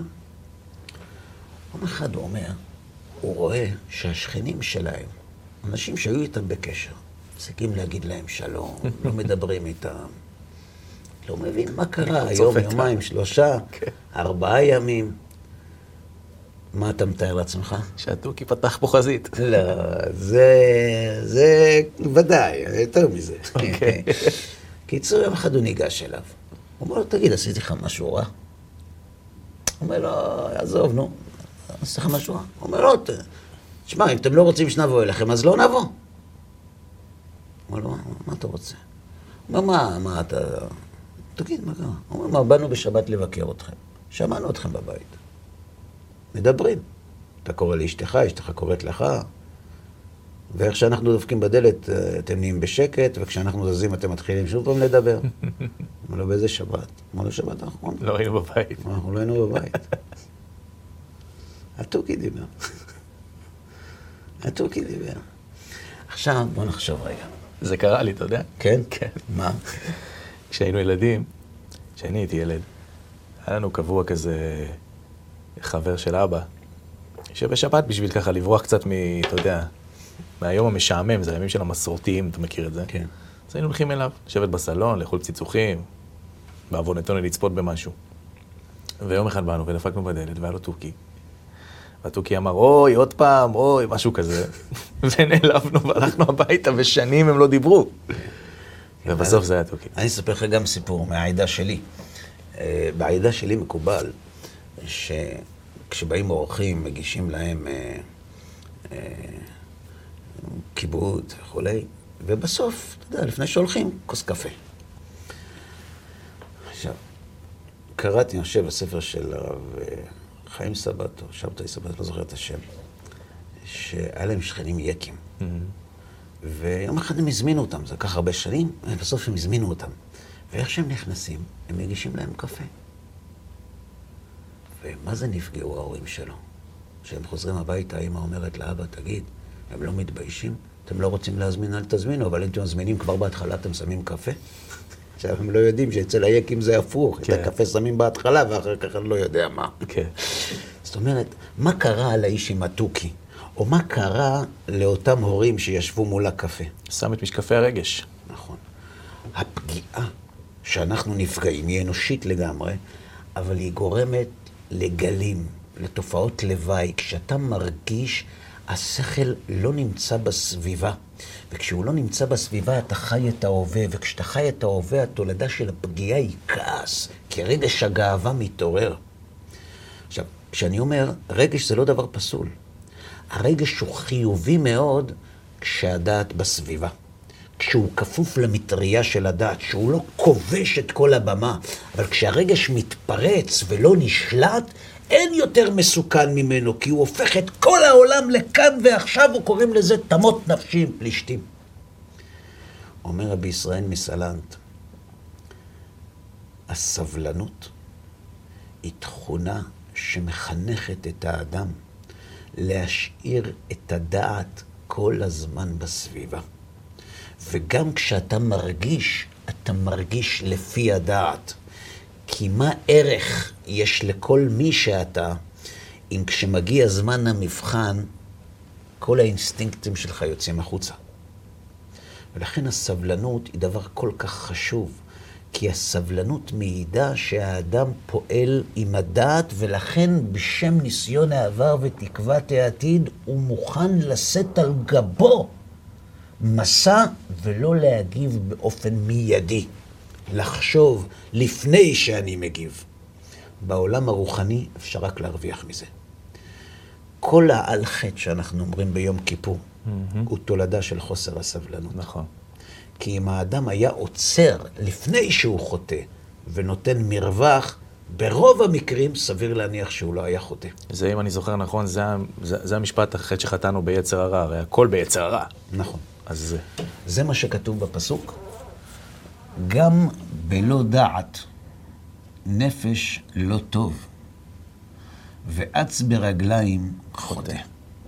יום אחד הוא אומר, הוא רואה שהשכנים שלהם, אנשים שהיו איתם בקשר, מפסיקים להגיד להם שלום, לא מדברים איתם, לא מבין מה קרה, היום, יומיים, שלושה, ארבעה ימים. מה אתה מתאר לעצמך? שהתוכי פתח פה חזית. לא, זה, זה ודאי, יותר מזה. אוקיי. קיצור, יום אחד הוא ניגש אליו. הוא אומר לו, תגיד, עשיתי לך משהו רע? הוא אומר לו, עזוב, נו, עשיתי לך משהו רע. הוא אומר לו, תשמע, אם אתם לא רוצים שנבוא אליכם, אז לא נבוא. הוא אומר לו, מה אתה רוצה? הוא אומר, מה, מה אתה... תגיד, מה קרה? הוא אומר, מה, באנו בשבת לבקר אתכם. שמענו אתכם בבית. מדברים. אתה קורא לאשתך, אשתך קוראת לך, ואיך שאנחנו דופקים בדלת, אתם נהיים בשקט, וכשאנחנו זזים אתם מתחילים שוב פעם לדבר. אמר לו, באיזה שבת? אמר לו, שבת האחרונה. לא היינו בבית. אנחנו לא היינו בבית. התוכי דיבר. התוכי דיבר. עכשיו, בוא נחשוב רגע. זה קרה לי, אתה יודע? כן? כן. מה? כשהיינו ילדים, כשאני הייתי ילד, היה לנו קבוע כזה חבר של אבא, שבשבת בשביל ככה לברוח קצת מ... אתה יודע, מהיום המשעמם, זה הימים של המסורתיים, אתה מכיר את זה? כן. אז היינו הולכים אליו, לשבת בסלון, לאכול ציצוחים, בעוונותינו לצפות במשהו. ויום אחד באנו ודפקנו בדלת, והיה לו תוכי. והתוכי אמר, אוי, עוד פעם, אוי, משהו כזה. ונעלבנו והלכנו הביתה, ושנים הם לא דיברו. ובסוף זה היה תוכי. אני אספר לך גם סיפור מהעדה שלי. בעדה שלי מקובל שכשבאים אורחים, מגישים להם כיבוד וכולי, ובסוף, אתה יודע, לפני שהולכים, כוס קפה. עכשיו, קראתי, אני חושב, בספר של הרב חיים סבתו, שבתאי סבתו, לא זוכר את השם, שהיה להם שכנים יקים. Mm-hmm. ויום אחד הם הזמינו אותם, זה לקח הרבה שנים, ובסוף הם הזמינו אותם. ואיך שהם נכנסים, הם מגישים להם קפה. ומה זה נפגעו ההורים שלו? כשהם חוזרים הביתה, אמא אומרת לאבא, תגיד, הם לא מתביישים? אתם לא רוצים להזמין, אל תזמינו, אבל אם אתם מזמינים כבר בהתחלה, אתם שמים קפה? עכשיו, הם לא יודעים שאצל היקים זה הפוך, את הקפה שמים בהתחלה, ואחר כך אני לא יודע מה. זאת אומרת, מה קרה על האיש עם התוכי? או מה קרה לאותם הורים שישבו מול הקפה? שם את משקפי הרגש. נכון. הפגיעה שאנחנו נפגעים היא אנושית לגמרי, אבל היא גורמת לגלים, לתופעות לוואי. כשאתה מרגיש, השכל לא נמצא בסביבה. וכשהוא לא נמצא בסביבה, אתה חי את ההווה. וכשאתה חי את ההווה, התולדה של הפגיעה היא כעס, כי רגש הגאווה מתעורר. עכשיו, כשאני אומר, רגש זה לא דבר פסול. הרגש הוא חיובי מאוד כשהדעת בסביבה. כשהוא כפוף למטריה של הדעת, שהוא לא כובש את כל הבמה. אבל כשהרגש מתפרץ ולא נשלט, אין יותר מסוכן ממנו, כי הוא הופך את כל העולם לכאן ועכשיו, הוא קוראים לזה תמות נפשים, פלישתים. אומר רבי ישראל מסלנט, הסבלנות היא תכונה שמחנכת את האדם להשאיר את הדעת כל הזמן בסביבה. וגם כשאתה מרגיש, אתה מרגיש לפי הדעת. כי מה ערך יש לכל מי שאתה, אם כשמגיע זמן המבחן, כל האינסטינקטים שלך יוצאים החוצה. ולכן הסבלנות היא דבר כל כך חשוב, כי הסבלנות מעידה שהאדם פועל עם הדעת, ולכן בשם ניסיון העבר ותקוות העתיד, הוא מוכן לשאת על גבו מסע ולא להגיב באופן מיידי. לחשוב לפני שאני מגיב. בעולם הרוחני אפשר רק להרוויח מזה. כל העל חטא שאנחנו אומרים ביום כיפור, mm-hmm. הוא תולדה של חוסר הסבלנות. נכון. כי אם האדם היה עוצר לפני שהוא חוטא ונותן מרווח, ברוב המקרים סביר להניח שהוא לא היה חוטא. זה, אם אני זוכר נכון, זה, זה, זה המשפט החטא שחטאנו ביצר הרע, הרי הכל ביצר הרע. נכון. אז זה. זה מה שכתוב בפסוק. גם בלא דעת נפש לא טוב, ואץ ברגליים חוטא.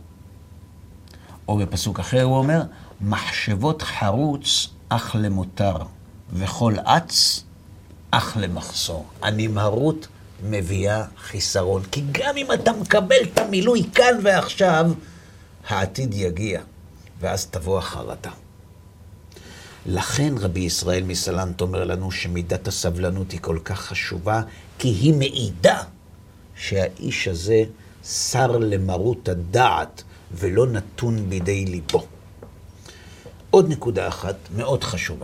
או בפסוק אחר הוא אומר, מחשבות חרוץ אך למותר, וכל אץ אך למחסור. הנמהרות מביאה חיסרון, כי גם אם אתה מקבל את המילוי כאן ועכשיו, העתיד יגיע, ואז תבוא החרטה. לכן רבי ישראל מסלנט אומר לנו שמידת הסבלנות היא כל כך חשובה, כי היא מעידה שהאיש הזה שר למרות הדעת ולא נתון בידי ליבו. עוד נקודה אחת מאוד חשובה.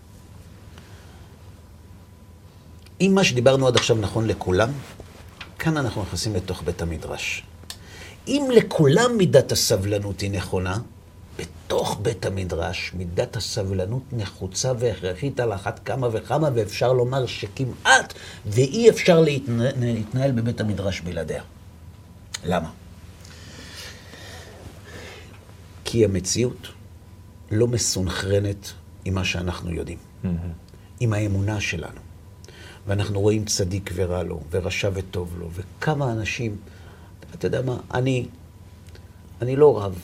אם מה שדיברנו עד עכשיו נכון לכולם, כאן אנחנו נכנסים לתוך בית המדרש. אם לכולם מידת הסבלנות היא נכונה, בתוך בית המדרש מידת הסבלנות נחוצה והכרחית על אחת כמה וכמה, ואפשר לומר שכמעט ואי אפשר להתנהל, להתנהל בבית המדרש בלעדיה. למה? כי המציאות לא מסונכרנת עם מה שאנחנו יודעים, mm-hmm. עם האמונה שלנו. ואנחנו רואים צדיק ורע לו, ורשע וטוב לו, וכמה אנשים, אתה יודע מה, אני, אני לא רב.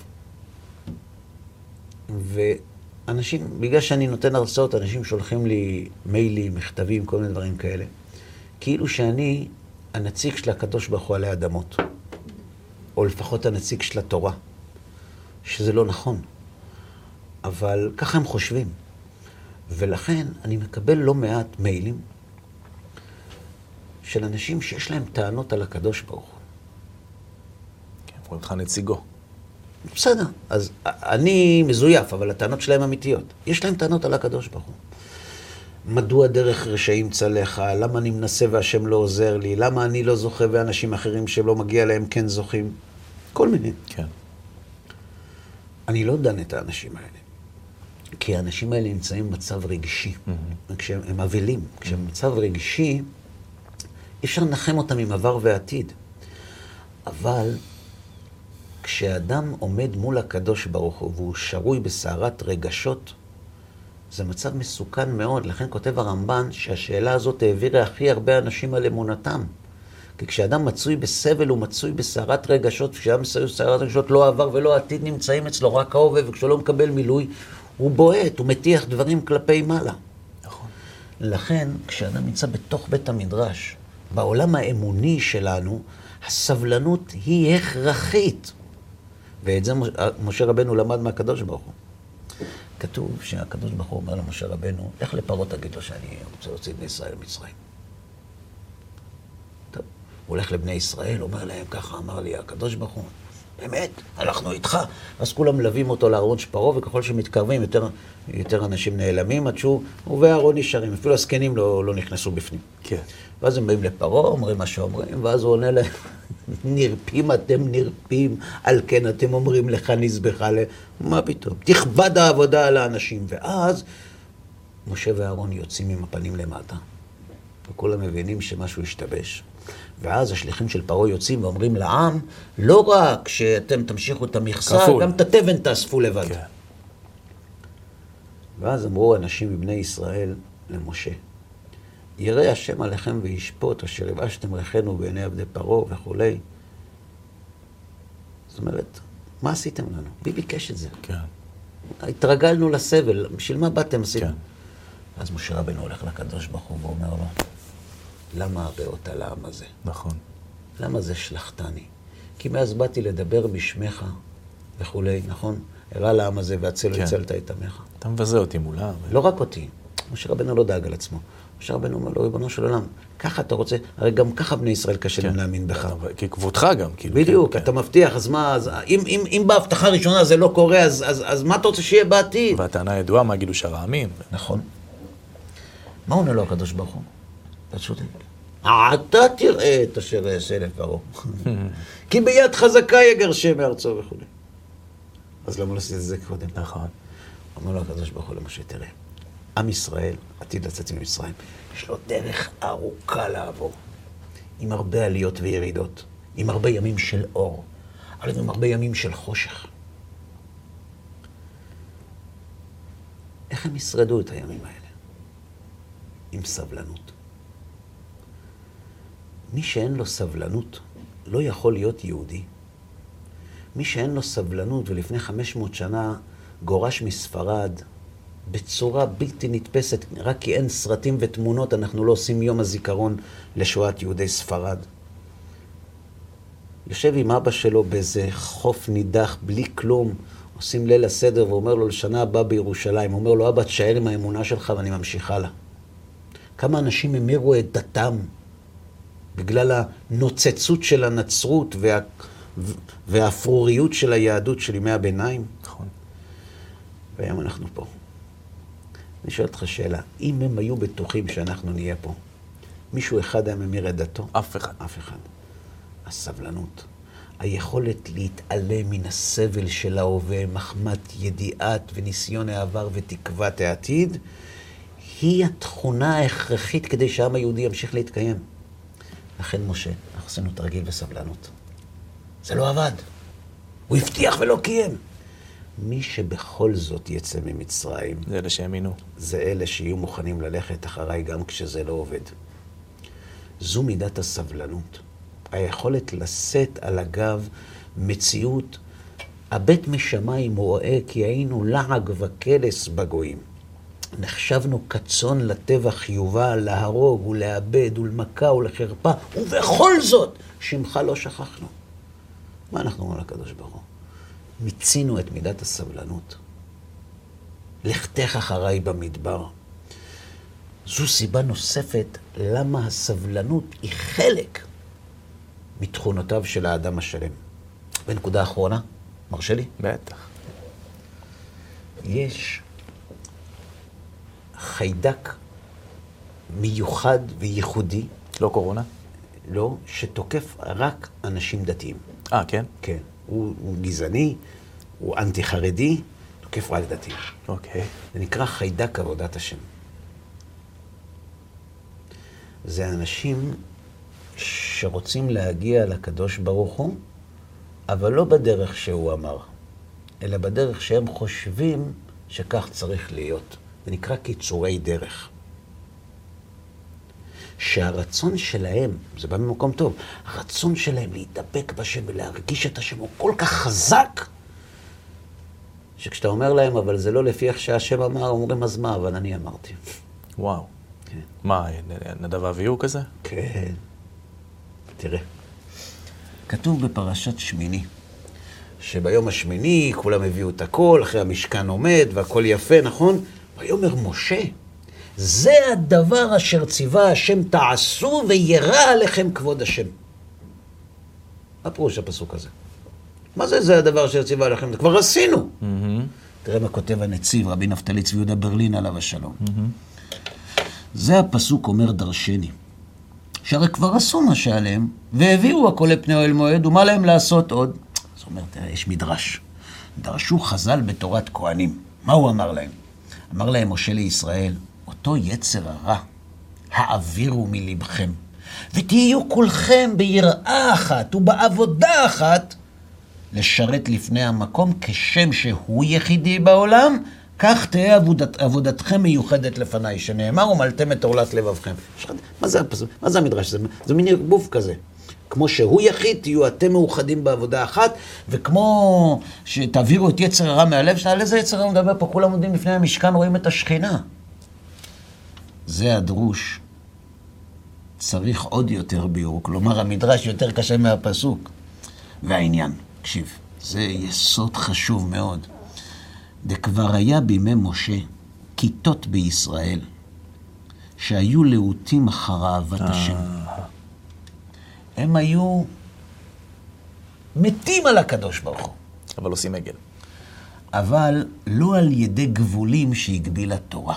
ואנשים, בגלל שאני נותן הרצאות, אנשים שולחים לי מיילים, מכתבים, כל מיני דברים כאלה. כאילו שאני הנציג של הקדוש ברוך הוא עלי אדמות. או לפחות הנציג של התורה. שזה לא נכון. אבל ככה הם חושבים. ולכן אני מקבל לא מעט מיילים של אנשים שיש להם טענות על הקדוש ברוך הוא. כן, קוראים לך נציגו. בסדר, אז אני מזויף, אבל הטענות שלהם אמיתיות. יש להם טענות על הקדוש ברוך הוא. מדוע דרך רשעים צלחה? למה אני מנסה והשם לא עוזר לי? למה אני לא זוכה ואנשים אחרים שלא מגיע להם כן זוכים? כל מיני. כן. אני לא דן את האנשים האלה. כי האנשים האלה נמצאים במצב רגשי. Mm-hmm. כשהם אבלים. Mm-hmm. כשהם במצב רגשי, אפשר לנחם אותם עם עבר ועתיד. אבל כשאדם עומד מול הקדוש ברוך הוא והוא שרוי בסערת רגשות, זה מצב מסוכן מאוד. לכן כותב הרמב"ן שהשאלה הזאת העבירה הכי הרבה אנשים על אמונתם. כי כשאדם מצוי בסבל הוא מצוי בסערת רגשות, כשאדם מצוי בסערת רגשות לא עבר ולא עתיד נמצאים אצלו רק ההווה, וכשהוא לא מקבל מילוי הוא בועט, הוא מטיח דברים כלפי מעלה. נכון. לכן כשאדם נמצא בתוך בית המדרש, בעולם האמוני שלנו, הסבלנות היא הכרחית. ואת זה משה רבנו למד מהקדוש ברוך הוא. כתוב שהקדוש ברוך הוא אומר למשה רבנו, איך לפרעה תגיד לו שאני רוצה להוציא בני ישראל מצרים? טוב, הוא הולך לבני ישראל, אומר להם, ככה אמר לי הקדוש ברוך הוא, באמת, הלכנו איתך. אז כולם מלווים אותו לארון של פרעה, וככל שמתקרבים, יותר, יותר אנשים נעלמים, עד שהוא, הוא והארון נשארים, אפילו הזקנים לא, לא נכנסו בפנים. כן. ואז הם באים לפרעה, אומרים מה שאומרים, ואז הוא עונה להם, נרפים אתם נרפים, על כן אתם אומרים לך נזבחה ל... מה פתאום? תכבד העבודה על האנשים. ואז משה ואהרון יוצאים עם הפנים למטה, וכולם מבינים שמשהו השתבש. ואז השליחים של פרעה יוצאים ואומרים לעם, לא רק שאתם תמשיכו את המכסה, כפול. גם את התבן תאספו לבד. כן. ואז אמרו אנשים מבני ישראל למשה, ירא השם עליכם וישפוט, אשר הבאשתם ריחנו בעיני עבדי פרעה וכולי. זאת אומרת, מה עשיתם לנו? מי ביקש את זה? כן. התרגלנו לסבל, בשביל מה באתם עשיתם? כן. אז משה רבנו הולך לקדוש ברוך הוא ואומר לו, למה הבאות על העם הזה? נכון. למה זה שלחתני? כי מאז באתי לדבר בשמך וכולי, נכון? הראה לעם הזה והצל כן. הצלת את עמך. אתה מבזה אותי מולה. ו... לא רק אותי. משה רבנו לא דאג על עצמו. משה רבנו אומר לו, ריבונו של עולם, ככה אתה רוצה, הרי גם ככה בני ישראל קשה להם להאמין בך. כי כבודך גם, כאילו. בדיוק, כן, אתה מבטיח, אז מה, אז, אם, אם, אם בהבטחה הראשונה זה לא קורה, אז, אז, אז מה אתה רוצה שיהיה בעתיד? והטענה ידועה, מה גידוש הרעמים. נכון. מה עונה לו הקדוש ברוך הוא? אתה צודק. אתה תראה את אשר אעשה לפרעה. כי ביד חזקה יגרשם מארצו וכו'. אז למה לא עשית את זה קודם? נכון. אומר לו הקדוש ברוך הוא למשה, תראה, עם ישראל, עתיד לצאת ממצרים, יש לו דרך ארוכה לעבור, עם הרבה עליות וירידות, עם הרבה ימים של אור, אבל עם הרבה ימים של חושך. איך הם ישרדו את הימים האלה? עם סבלנות. מי שאין לו סבלנות לא יכול להיות יהודי. מי שאין לו סבלנות ולפני חמש מאות שנה גורש מספרד בצורה בלתי נתפסת, רק כי אין סרטים ותמונות, אנחנו לא עושים יום הזיכרון לשואת יהודי ספרד. יושב עם אבא שלו באיזה חוף נידח, בלי כלום, עושים ליל הסדר ואומר לו לשנה הבאה בירושלים, אומר לו, אבא, תשאר עם האמונה שלך ואני ממשיך הלאה. כמה אנשים המירו את דתם בגלל הנוצצות של הנצרות וה... והאפרוריות של היהדות של ימי הביניים. נכון. והיום אנחנו פה. אני שואל אותך שאלה, אם הם היו בטוחים שאנחנו נהיה פה, מישהו אחד היה ממיר את דתו? אף אחד. אף אחד. הסבלנות, היכולת להתעלם מן הסבל של ההווה, מחמת ידיעת וניסיון העבר ותקוות העתיד, היא התכונה ההכרחית כדי שהעם היהודי ימשיך להתקיים. לכן משה, אנחנו עשינו תרגיל וסבלנות. זה לא עבד. הוא הבטיח ולא קיים. מי שבכל זאת יצא ממצרים, זה אלה שהאמינו. זה אלה שיהיו מוכנים ללכת אחריי גם כשזה לא עובד. זו מידת הסבלנות. היכולת לשאת על הגב מציאות, הבית משמיים רואה כי היינו לעג וקלס בגויים. נחשבנו כצאן לטבח יובל, להרוג ולאבד ולמכה ולחרפה, ובכל זאת שמך לא שכחנו. מה אנחנו אומרים לקדוש ברוך הוא? מיצינו את מידת הסבלנות. לכתך אחריי במדבר. זו סיבה נוספת למה הסבלנות היא חלק מתכונותיו של האדם השלם. בנקודה האחרונה, מרשה לי? בטח. יש חיידק מיוחד וייחודי. לא קורונה? לא, שתוקף רק אנשים דתיים. אה, כן? כן. הוא, הוא גזעני, הוא אנטי-חרדי, תוקף רק דתיים. אוקיי. זה נקרא חיידק עבודת השם. זה אנשים שרוצים להגיע לקדוש ברוך הוא, אבל לא בדרך שהוא אמר, אלא בדרך שהם חושבים שכך צריך להיות. זה נקרא קיצורי דרך. שהרצון שלהם, זה בא ממקום טוב, הרצון שלהם להידבק בשם ולהרגיש את השם הוא כל כך חזק, שכשאתה אומר להם, אבל זה לא לפי איך שהשם אמר, אומרים, אז מה, אבל אני אמרתי. וואו. כן. מה, נדב אביהו כזה? כן. תראה. כתוב בפרשת שמיני, שביום השמיני כולם הביאו את הכל, אחרי המשכן עומד והכל יפה, נכון? ויאמר משה, זה הדבר אשר ציווה השם תעשו וירא עליכם כבוד השם. מה פירוש הפסוק הזה? מה זה זה הדבר אשר ציווה עליכם? כבר עשינו. Mm-hmm. תראה מה כותב הנציב, רבי נפתלי צבי יהודה ברלין עליו השלום. Mm-hmm. זה הפסוק אומר דרשני. שהרי כבר עשו מה שעליהם, והביאו הכל לפני אוהל מועד, ומה להם לעשות עוד? זאת אומרת, תראה, יש מדרש. דרשו חז"ל בתורת כהנים. מה הוא אמר להם? אמר להם משה לישראל, אותו יצר הרע, העבירו מלבכם, ותהיו כולכם ביראה אחת ובעבודה אחת, לשרת לפני המקום כשם שהוא יחידי בעולם, כך תהיה עבודת, עבודתכם מיוחדת לפניי, שנאמר ומלתם את עורלת לבבכם. מה זה הפסוק? מה זה המדרש? זה, זה מין ערבוב כזה. כמו שהוא יחיד, תהיו אתם מאוחדים בעבודה אחת, וכמו שתעבירו את יצר הרע מהלב, שעל איזה יצר הרע מדבר פה? כולם עומדים לפני המשכן, רואים את השכינה. זה הדרוש. צריך עוד יותר ביור, כלומר המדרש יותר קשה מהפסוק. והעניין, תקשיב, זה יסוד חשוב מאוד. דכבר היה בימי משה כיתות בישראל שהיו להוטים אחר אהבת השם. הם היו מתים על הקדוש ברוך הוא. אבל עושים עגל. אבל לא על ידי גבולים שהגבילה תורה.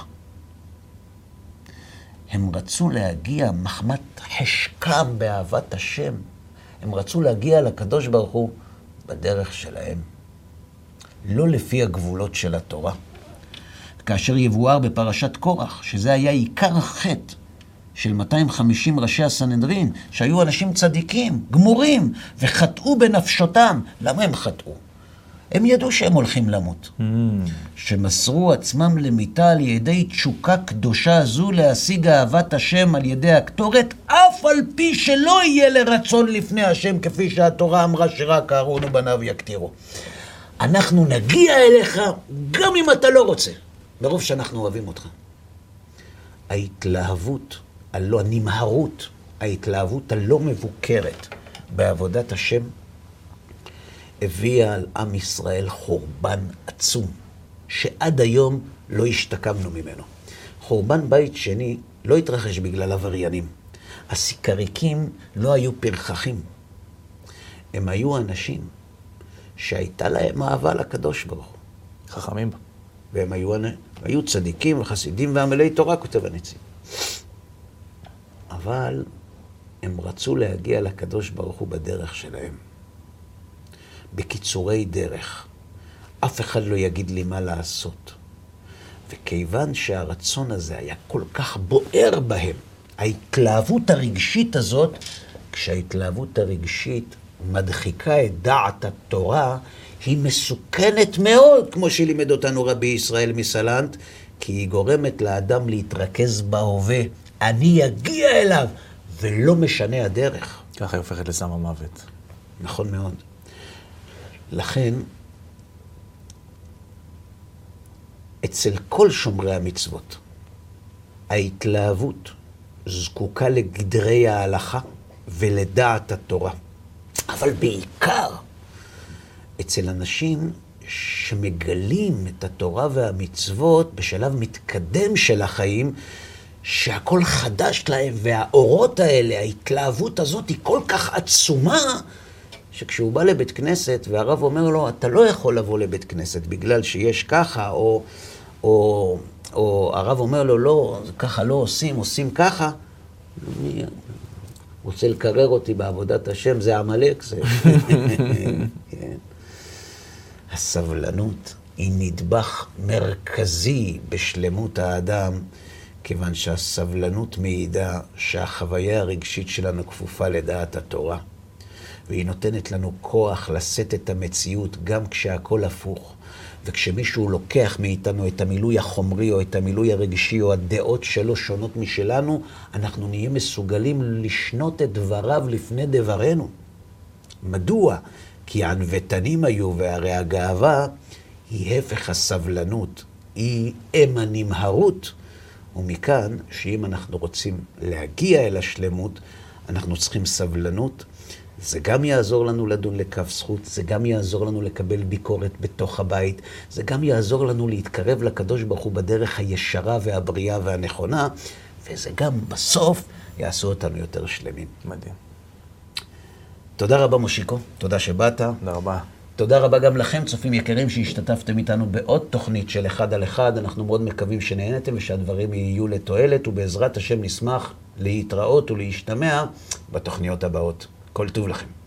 הם רצו להגיע מחמת חשקם באהבת השם. הם רצו להגיע לקדוש ברוך הוא בדרך שלהם. לא לפי הגבולות של התורה. כאשר יבואר בפרשת קורח, שזה היה עיקר החטא של מאתיים וחמישים ראשי הסנהדרין, שהיו אנשים צדיקים, גמורים, וחטאו בנפשותם. למה הם חטאו? הם ידעו שהם הולכים למות. Mm. שמסרו עצמם למיתה על ידי תשוקה קדושה זו להשיג אהבת השם על ידי הקטורת, אף על פי שלא יהיה לרצון לפני השם, כפי שהתורה אמרה שרק אהרון ובניו יקטירו. אנחנו נגיע אליך גם אם אתה לא רוצה, מרוב שאנחנו אוהבים אותך. ההתלהבות, הלא הנמהרות, ההתלהבות הלא מבוקרת בעבודת השם, הביאה על עם ישראל חורבן עצום, שעד היום לא השתקמנו ממנו. חורבן בית שני לא התרחש בגלל עבריינים. הסיקריקים לא היו פרחחים. הם היו אנשים שהייתה להם אהבה לקדוש ברוך הוא. חכמים. והם היו, היו צדיקים וחסידים ועמלי תורה, כותב הנציב. אבל הם רצו להגיע לקדוש ברוך הוא בדרך שלהם. בקיצורי דרך. אף אחד לא יגיד לי מה לעשות. וכיוון שהרצון הזה היה כל כך בוער בהם, ההתלהבות הרגשית הזאת, כשההתלהבות הרגשית מדחיקה את דעת התורה, היא מסוכנת מאוד, כמו שלימד אותנו רבי ישראל מסלנט, כי היא גורמת לאדם להתרכז בהווה. אני אגיע אליו, ולא משנה הדרך. ככה היא הופכת לסם המוות. נכון מאוד. לכן, אצל כל שומרי המצוות, ההתלהבות זקוקה לגדרי ההלכה ולדעת התורה. אבל בעיקר, אצל אנשים שמגלים את התורה והמצוות בשלב מתקדם של החיים, שהכל חדש להם, והאורות האלה, ההתלהבות הזאת היא כל כך עצומה, שכשהוא בא לבית כנסת והרב אומר לו, אתה לא יכול לבוא לבית כנסת בגלל שיש ככה, או, או, או הרב אומר לו, לא, ככה לא עושים, עושים ככה, אני רוצה לקרר אותי בעבודת השם, זה עמלק, זה... כן. הסבלנות היא נדבך מרכזי בשלמות האדם, כיוון שהסבלנות מעידה שהחוויה הרגשית שלנו כפופה לדעת התורה. והיא נותנת לנו כוח לשאת את המציאות גם כשהכל הפוך. וכשמישהו לוקח מאיתנו את המילוי החומרי או את המילוי הרגשי או הדעות שלו שונות משלנו, אנחנו נהיה מסוגלים לשנות את דבריו לפני דברנו. מדוע? כי הענוותנים היו, והרי הגאווה היא הפך הסבלנות, היא אם הנמהרות. ומכאן שאם אנחנו רוצים להגיע אל השלמות, אנחנו צריכים סבלנות. זה גם יעזור לנו לדון לכף זכות, זה גם יעזור לנו לקבל ביקורת בתוך הבית, זה גם יעזור לנו להתקרב לקדוש ברוך הוא בדרך הישרה והבריאה והנכונה, וזה גם בסוף יעשו אותנו יותר שלמים. מדהים. תודה רבה מושיקו, תודה שבאת. תודה רבה. תודה רבה גם לכם, צופים יקרים, שהשתתפתם איתנו בעוד תוכנית של אחד על אחד. אנחנו מאוד מקווים שנהנתם ושהדברים יהיו לתועלת, ובעזרת השם נשמח להתראות ולהשתמע בתוכניות הבאות. כל טוב לכם.